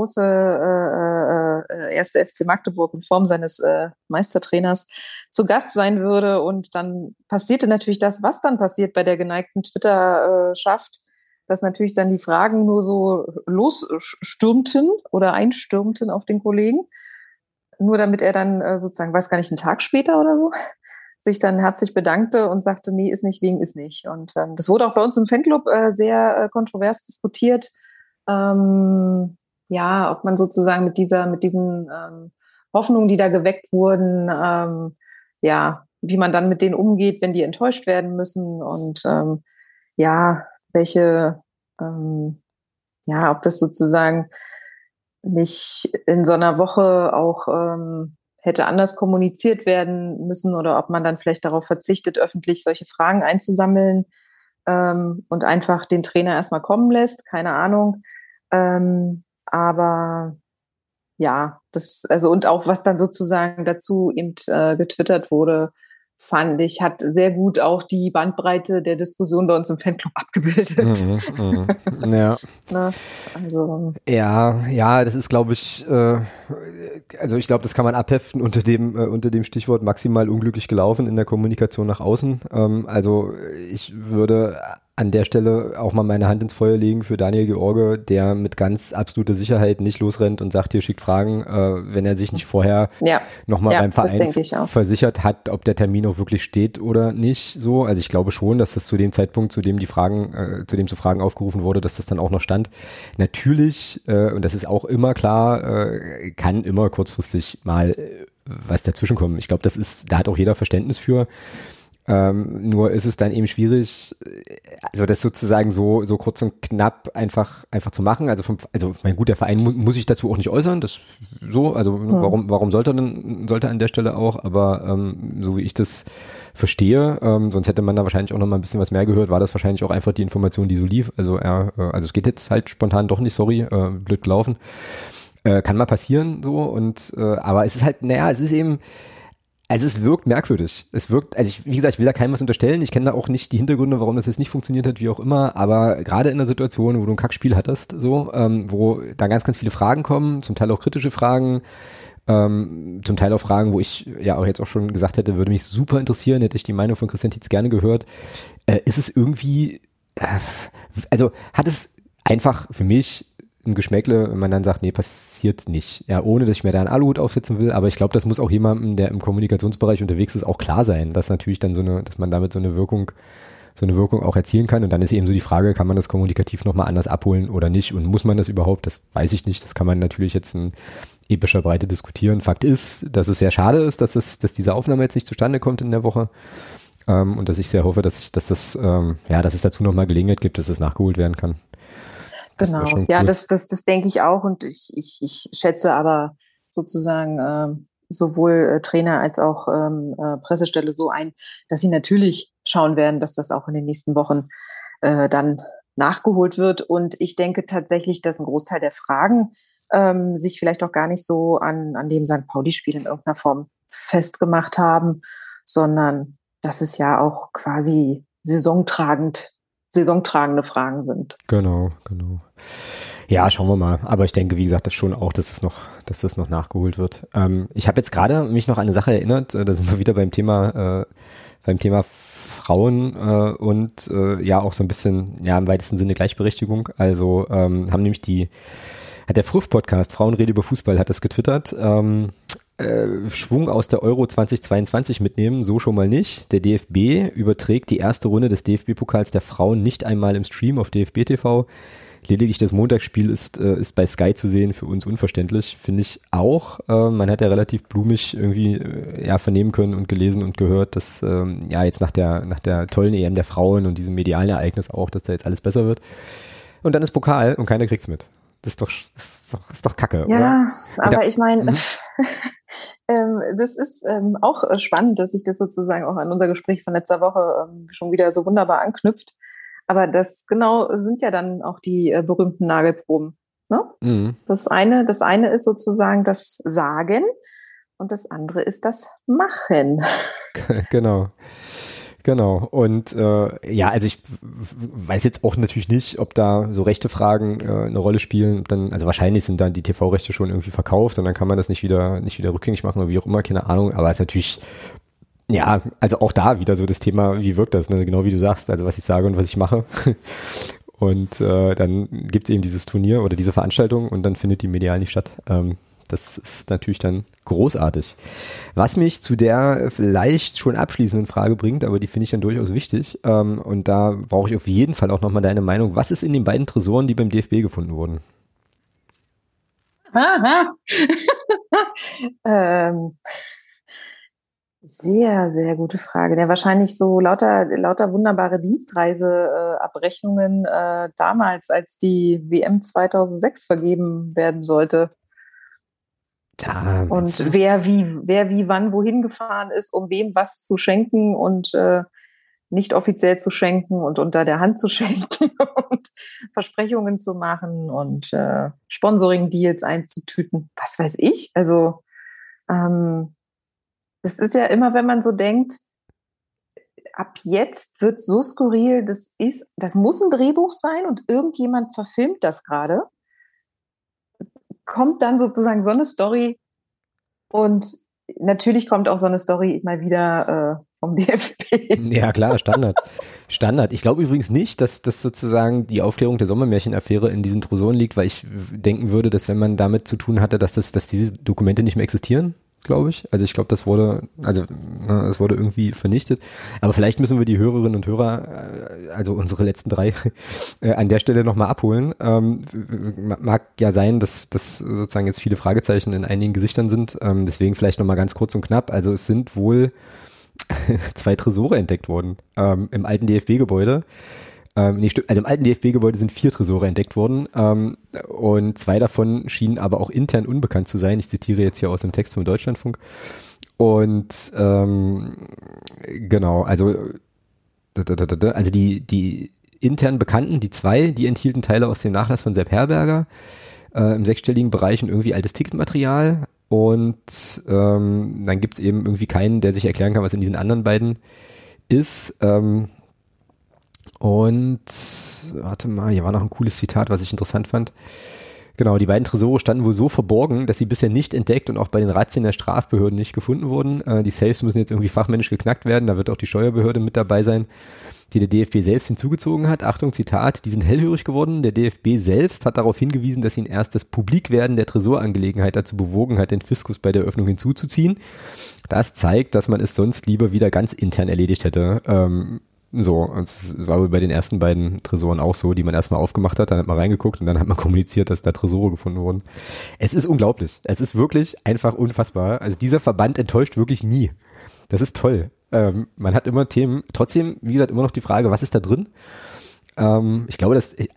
1. FC Magdeburg in Form seines Meistertrainers zu Gast sein würde. Und dann passierte natürlich das, was dann passiert bei der geneigten Twitter-Schaft, dass natürlich dann die Fragen nur so losstürmten oder einstürmten auf den Kollegen, nur damit er dann sozusagen, weiß gar nicht, einen Tag später oder so, sich dann herzlich bedankte und sagte, nee, ist nicht wegen, ist nicht. Und das wurde auch bei uns im Fanclub sehr kontrovers diskutiert, ob man sozusagen mit diesen Hoffnungen, die da geweckt wurden, wie man dann mit denen umgeht, wenn die enttäuscht werden müssen und ob das sozusagen nicht in so einer Woche auch hätte anders kommuniziert werden müssen oder ob man dann vielleicht darauf verzichtet, öffentlich solche Fragen einzusammeln und einfach den Trainer erstmal kommen lässt, keine Ahnung. Aber ja, und auch was dann sozusagen dazu eben getwittert wurde, fand ich, hat sehr gut auch die Bandbreite der Diskussion bei uns im Fanclub abgebildet. Ja. Na, also. Ja, das ist, glaube ich, also ich glaube, das kann man abheften unter dem Stichwort maximal unglücklich gelaufen in der Kommunikation nach außen. Also ich würde an der Stelle auch mal meine Hand ins Feuer legen für Daniel George, der mit ganz absoluter Sicherheit nicht losrennt und sagt, hier schickt Fragen, wenn er sich nicht vorher nochmal beim Verein versichert hat, ob der Termin auch wirklich steht oder nicht. So, also ich glaube schon, dass das zu dem Zeitpunkt, zu dem zu Fragen aufgerufen wurde, dass das dann auch noch stand. Natürlich, und das ist auch immer klar, kann immer kurzfristig mal was dazwischenkommen. Ich glaube, da hat auch jeder Verständnis für. Nur ist es dann eben schwierig, also das sozusagen so kurz und knapp einfach zu machen. Der Verein muss sich dazu auch nicht äußern, das so, also warum sollte an der Stelle auch, aber so wie ich das verstehe, sonst hätte man da wahrscheinlich auch noch mal ein bisschen was mehr gehört, war das wahrscheinlich auch einfach die Information, die so lief. Also es geht jetzt halt spontan doch nicht, sorry, blöd gelaufen. Kann mal passieren, so, und aber es ist halt, es ist eben, Also es wirkt merkwürdig. Wie gesagt, ich will da keinem was unterstellen. Ich kenne da auch nicht die Hintergründe, warum das jetzt nicht funktioniert hat, wie auch immer. Aber gerade in einer Situation, wo du ein Kackspiel hattest, so, wo da ganz, ganz viele Fragen kommen, zum Teil auch kritische Fragen, zum Teil auch Fragen, wo ich ja auch jetzt auch schon gesagt hätte, würde mich super interessieren, hätte ich die Meinung von Christian Tietz gerne gehört. Ist es irgendwie, also hat es einfach für mich ein Geschmäckle, wenn man dann sagt, nee, passiert nicht. Ja, ohne, dass ich mir da einen Aluhut aufsetzen will, aber ich glaube, das muss auch jemandem, der im Kommunikationsbereich unterwegs ist, auch klar sein, dass natürlich dann dass man damit so eine Wirkung auch erzielen kann. Und dann ist eben so die Frage, kann man das kommunikativ nochmal anders abholen oder nicht? Und muss man das überhaupt? Das weiß ich nicht. Das kann man natürlich jetzt in epischer Breite diskutieren. Fakt ist, dass es sehr schade ist, dass diese Aufnahme jetzt nicht zustande kommt in der Woche. Und dass ich sehr hoffe, dass es dazu nochmal Gelegenheit gibt, dass es nachgeholt werden kann. Genau, cool. Ja, das denke ich auch und ich schätze aber sozusagen sowohl Trainer als auch Pressestelle so ein, dass sie natürlich schauen werden, dass das auch in den nächsten Wochen dann nachgeholt wird. Und ich denke tatsächlich, dass ein Großteil der Fragen sich vielleicht auch gar nicht so an dem St. Pauli-Spiel in irgendeiner Form festgemacht haben, sondern dass es ja auch quasi saisontragende Fragen sind. Genau. Ja, schauen wir mal. Aber ich denke, wie gesagt, dass das noch nachgeholt wird. Ich habe jetzt gerade mich noch an eine Sache erinnert, da sind wir wieder beim Thema Frauen und ja auch so ein bisschen, ja im weitesten Sinne Gleichberechtigung. Also hat der Früff-Podcast Frauenrede über Fußball hat das getwittert. Schwung aus der Euro 2022 mitnehmen, so schon mal nicht. Der DFB überträgt die erste Runde des DFB-Pokals der Frauen nicht einmal im Stream auf DFB TV. Lediglich das Montagsspiel ist bei Sky zu sehen, für uns unverständlich, finde ich auch. Man hat ja relativ blumig irgendwie vernehmen können und gelesen und gehört, dass jetzt nach der tollen EM der Frauen und diesem medialen Ereignis auch, dass da jetzt alles besser wird. Und dann ist Pokal und keiner kriegt's mit. Das ist doch Kacke, ja, oder? Ja, aber ich meine, das ist auch spannend, dass sich das sozusagen auch an unser Gespräch von letzter Woche schon wieder so wunderbar anknüpft. Aber das genau sind ja dann auch die berühmten Nagelproben. Ne? Mhm. Das eine ist sozusagen das Sagen und das andere ist das Machen. Genau. Und also ich weiß jetzt auch natürlich nicht, ob da so rechte Fragen eine Rolle spielen. Also wahrscheinlich sind dann die TV-Rechte schon irgendwie verkauft und dann kann man das nicht wieder rückgängig machen oder wie auch immer, keine Ahnung. Aber es ist natürlich, ja, also auch da wieder so das Thema, wie wirkt das, ne? Genau wie du sagst, also was ich sage und was ich mache. Und dann gibt es eben dieses Turnier oder diese Veranstaltung und dann findet die medial nicht statt. Das ist natürlich dann großartig. Was mich zu der vielleicht schon abschließenden Frage bringt, aber die finde ich dann durchaus wichtig. Und da brauche ich auf jeden Fall auch nochmal deine Meinung. Was ist in den beiden Tresoren, die beim DFB gefunden wurden? Sehr, sehr gute Frage. Ja, wahrscheinlich so lauter wunderbare Dienstreiseabrechnungen damals, als die WM 2006 vergeben werden sollte. Ja, und wer wie wann wohin gefahren ist, um wem was zu schenken und nicht offiziell zu schenken und unter der Hand zu schenken und Versprechungen zu machen und Sponsoring-Deals einzutüten. Was weiß ich? Also das ist ja immer, wenn man so denkt, ab jetzt wird so skurril, das muss ein Drehbuch sein und irgendjemand verfilmt das gerade. Kommt dann sozusagen so eine Story und natürlich kommt auch so eine Story mal wieder vom DFB. Ja klar, Standard. Ich glaube übrigens nicht, dass das sozusagen die Aufklärung der Sommermärchen-Affäre in diesen Tresoren liegt, weil ich denken würde, dass wenn man damit zu tun hatte, dass diese Dokumente nicht mehr existieren, glaube ich. Also ich glaube, es wurde irgendwie vernichtet. Aber vielleicht müssen wir die Hörerinnen und Hörer, also unsere letzten 3, an der Stelle nochmal abholen. Mag ja sein, dass sozusagen jetzt viele Fragezeichen in einigen Gesichtern sind. Deswegen vielleicht nochmal ganz kurz und knapp. Also es sind wohl 2 Tresore entdeckt worden im alten DFB-Gebäude. Also im alten DFB-Gebäude sind 4 Tresore entdeckt worden und 2 davon schienen aber auch intern unbekannt zu sein. Ich zitiere jetzt hier aus dem Text vom Deutschlandfunk. Und genau, also die intern Bekannten, die 2, die enthielten Teile aus dem Nachlass von Sepp Herberger im 6-stelligen Bereich und irgendwie altes Ticketmaterial. Und dann gibt es eben irgendwie keinen, der sich erklären kann, was in diesen anderen beiden ist. Und warte mal, hier war noch ein cooles Zitat, was ich interessant fand. Genau, die beiden Tresore standen wohl so verborgen, dass sie bisher nicht entdeckt und auch bei den Razzien der Strafbehörden nicht gefunden wurden. Die Safes müssen jetzt irgendwie fachmännisch geknackt werden, da wird auch die Steuerbehörde mit dabei sein, die der DFB selbst hinzugezogen hat. Achtung, Zitat, die sind hellhörig geworden. Der DFB selbst hat darauf hingewiesen, dass ihn erst das Publikwerden der Tresorangelegenheit dazu bewogen hat, den Fiskus bei der Eröffnung hinzuzuziehen. Das zeigt, dass man es sonst lieber wieder ganz intern erledigt hätte. So, und es war wohl bei den ersten beiden Tresoren auch so, die man erstmal aufgemacht hat, dann hat man reingeguckt und dann hat man kommuniziert, dass da Tresore gefunden wurden. Es ist unglaublich. Es ist wirklich einfach unfassbar. Also dieser Verband enttäuscht wirklich nie. Das ist toll. Man hat immer Themen, trotzdem, wie gesagt, immer noch die Frage, was ist da drin? Ich glaube,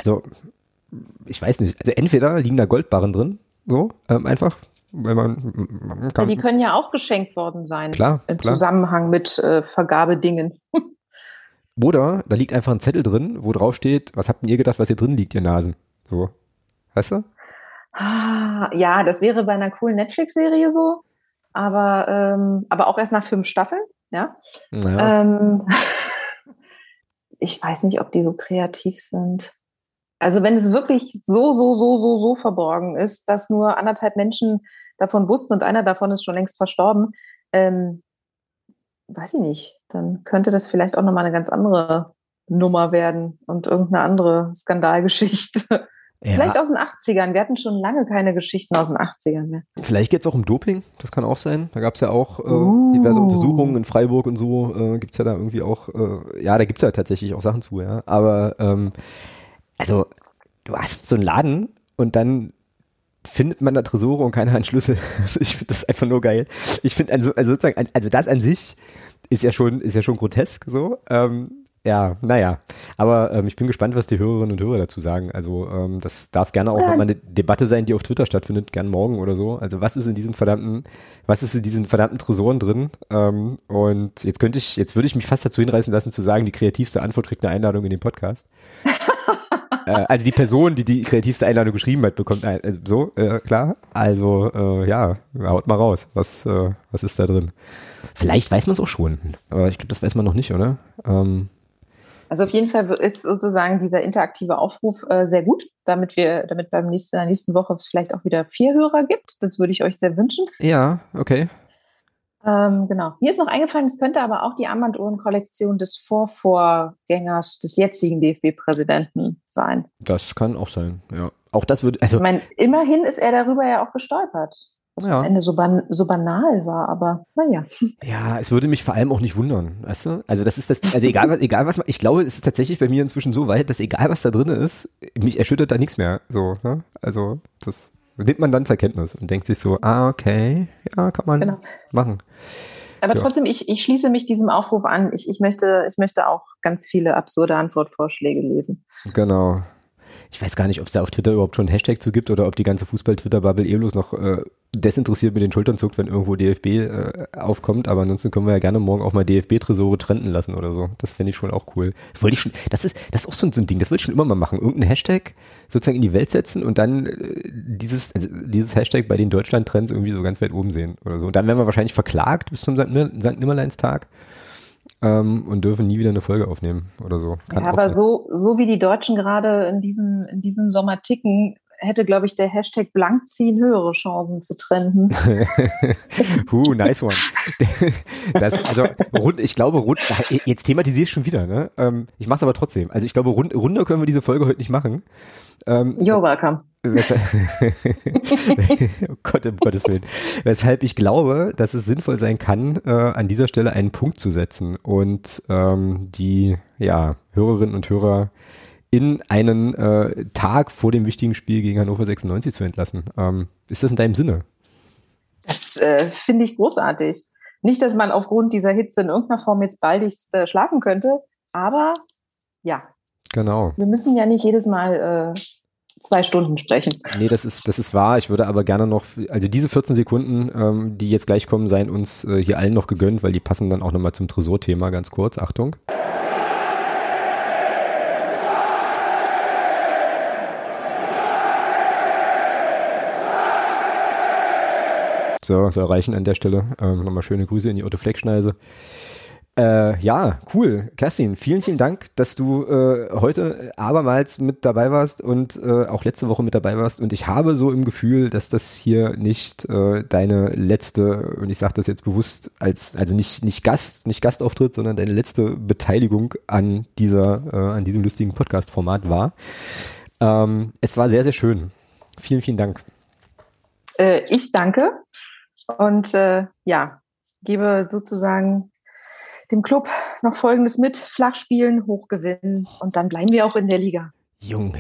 ich weiß nicht, also entweder liegen da Goldbarren drin, so, einfach, weil man kann. Ja, die können ja auch geschenkt worden sein. Klar, im klar. Zusammenhang mit Vergabedingen. Oder da liegt einfach ein Zettel drin, wo drauf steht, was habt denn ihr gedacht, was hier drin liegt, ihr Nasen? So, weißt du? Ja, das wäre bei einer coolen Netflix-Serie so, aber auch erst nach 5 Staffeln, ja. Naja. Ich weiß nicht, ob die so kreativ sind. Also wenn es wirklich so verborgen ist, dass nur 1,5 Menschen davon wussten und einer davon ist schon längst verstorben, weiß ich nicht, dann könnte das vielleicht auch nochmal eine ganz andere Nummer werden und irgendeine andere Skandalgeschichte. Ja. Vielleicht aus den 80ern. Wir hatten schon lange keine Geschichten aus den 80ern mehr. Vielleicht geht es auch um Doping, das kann auch sein. Da gab es ja auch diverse Untersuchungen in Freiburg und so, gibt es ja da irgendwie auch, ja, da gibt es ja tatsächlich auch Sachen zu, ja. Aber also du hast so einen Laden und dann findet man da Tresore und keiner hat Schlüssel. Also ich finde das einfach nur geil. Ich finde also sozusagen, also das an sich ist ja schon grotesk so. Ja, naja. Aber ich bin gespannt, was die Hörerinnen und Hörer dazu sagen. Also das darf gerne auch nochmal eine Debatte sein, die auf Twitter stattfindet, gern morgen oder so. Also was ist in diesen verdammten Tresoren drin? Und jetzt würde ich mich fast dazu hinreißen lassen zu sagen, die kreativste Antwort kriegt eine Einladung in den Podcast. Also die Person, die kreativste Einladung geschrieben hat, bekommt so, klar. Also ja, haut mal raus. Was ist da drin? Vielleicht weiß man es auch schon, aber ich glaube, das weiß man noch nicht, oder? Also auf jeden Fall ist sozusagen dieser interaktive Aufruf sehr gut, damit beim nächsten Woche es vielleicht auch wieder 4 Hörer gibt. Das würde ich euch sehr wünschen. Ja, okay. Genau. Mir ist noch eingefallen, es könnte aber auch die Armbanduhren-Kollektion des Vorvorgängers des jetzigen DFB-Präsidenten sein. Das kann auch sein, ja. Auch das würde, also. Ich meine, immerhin ist er darüber ja auch gestolpert. Was ja. am Ende so banal war, aber naja. Ja, es würde mich vor allem auch nicht wundern, weißt du? Also das ist das, also egal was man, ich glaube, es ist tatsächlich bei mir inzwischen so weit, dass egal was da drin ist, mich erschüttert da nichts mehr, so, ne? Also das nimmt man dann zur Kenntnis und denkt sich so, okay, ja, kann man machen. Aber trotzdem, ich schließe mich diesem Aufruf an. Ich möchte auch ganz viele absurde Antwortvorschläge lesen. Genau. Ich weiß gar nicht, ob es da auf Twitter überhaupt schon einen Hashtag zu gibt oder ob die ganze Fußball-Twitter-Bubble bloß noch desinteressiert mit den Schultern zuckt, wenn irgendwo DFB aufkommt. Aber ansonsten können wir ja gerne morgen auch mal DFB-Tresore trenden lassen oder so. Das fände ich schon auch cool. Das ist auch so ein Ding, das wollte ich schon immer mal machen. Irgendeinen Hashtag sozusagen in die Welt setzen und dann dieses Hashtag bei den Deutschland-Trends irgendwie so ganz weit oben sehen oder so. Und dann werden wir wahrscheinlich verklagt bis zum St. Nimmerleinstag. Und dürfen nie wieder eine Folge aufnehmen oder so. Kann aber so wie die Deutschen gerade in diesem Sommer ticken, hätte, glaube ich, der Hashtag Blankziehen höhere Chancen zu trenden. Nice one. Ich glaube, jetzt thematisiere ich schon wieder, ne? Ich mache es aber trotzdem. Also ich glaube, runter können wir diese Folge heute nicht machen. You're welcome. Oh Gott, um Gottes Willen. Weshalb ich glaube, dass es sinnvoll sein kann, an dieser Stelle einen Punkt zu setzen und die Hörerinnen und Hörer in einen Tag vor dem wichtigen Spiel gegen Hannover 96 zu entlassen. Ist das in deinem Sinne? Das finde ich großartig. Nicht, dass man aufgrund dieser Hitze in irgendeiner Form jetzt baldigst schlafen könnte, aber ja. Genau. Wir müssen ja nicht jedes Mal 2 Stunden sprechen. Nee, das ist wahr. Ich würde aber gerne noch, also diese 14 Sekunden, die jetzt gleich kommen, seien uns hier allen noch gegönnt, weil die passen dann auch nochmal zum Tresorthema ganz kurz. Achtung. soll reichen an der Stelle. Nochmal schöne Grüße in die Otto Fleck-Schneise. Ja, cool. Kerstin, vielen, vielen Dank, dass du heute abermals mit dabei warst und auch letzte Woche mit dabei warst. Und ich habe so im Gefühl, dass das hier nicht deine letzte, und ich sage das jetzt bewusst also nicht Gastauftritt, sondern deine letzte Beteiligung an diesem lustigen Podcast-Format war. Es war sehr, sehr schön. Vielen, vielen Dank. Ich danke und gebe sozusagen dem Club noch Folgendes mit: Flach spielen, hoch gewinnen und dann bleiben wir auch in der Liga. Junge.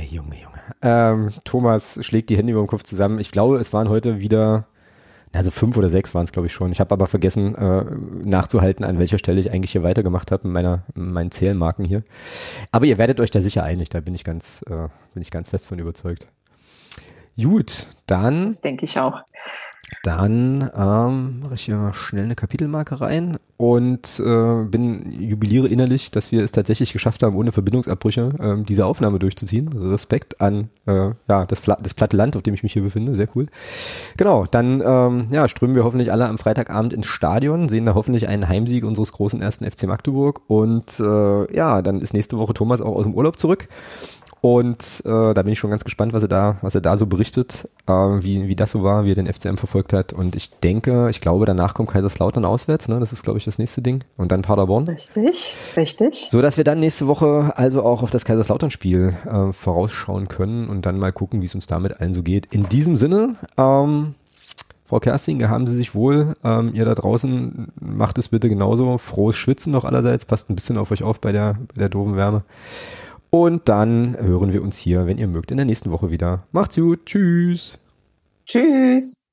Thomas schlägt die Hände über den Kopf zusammen. Ich glaube, es waren heute wieder, also 5 oder 6 waren es, glaube ich, schon. Ich habe aber vergessen nachzuhalten, an welcher Stelle ich eigentlich hier weitergemacht habe mit meinen Zählmarken hier. Aber ihr werdet euch da sicher einig, da bin ich ganz fest von überzeugt. Gut, dann. Das denke ich auch. Dann mache ich hier mal schnell eine Kapitelmarke rein und jubiliere innerlich, dass wir es tatsächlich geschafft haben, ohne Verbindungsabbrüche diese Aufnahme durchzuziehen. Also Respekt an das platte Land, auf dem ich mich hier befinde. Sehr cool. Genau, dann strömen wir hoffentlich alle am Freitagabend ins Stadion, sehen da hoffentlich einen Heimsieg unseres großen 1. FC Magdeburg und dann ist nächste Woche Thomas auch aus dem Urlaub zurück. Und da bin ich schon ganz gespannt, was er da so berichtet, wie das so war, wie er den FCM verfolgt hat. Und ich glaube, danach kommt Kaiserslautern auswärts, ne? Das ist, glaube ich, das nächste Ding. Und dann Paderborn. Richtig. So, dass wir dann nächste Woche also auch auf das Kaiserslautern-Spiel vorausschauen können und dann mal gucken, wie es uns damit allen so geht. In diesem Sinne, Frau Kerstin, haben Sie sich wohl. Ihr da draußen macht es bitte genauso. Frohes Schwitzen noch allerseits. Passt ein bisschen auf euch auf bei der doofen Wärme. Und dann hören wir uns hier, wenn ihr mögt, in der nächsten Woche wieder. Macht's gut. Tschüss. Tschüss.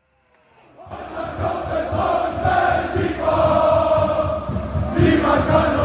Niemand kann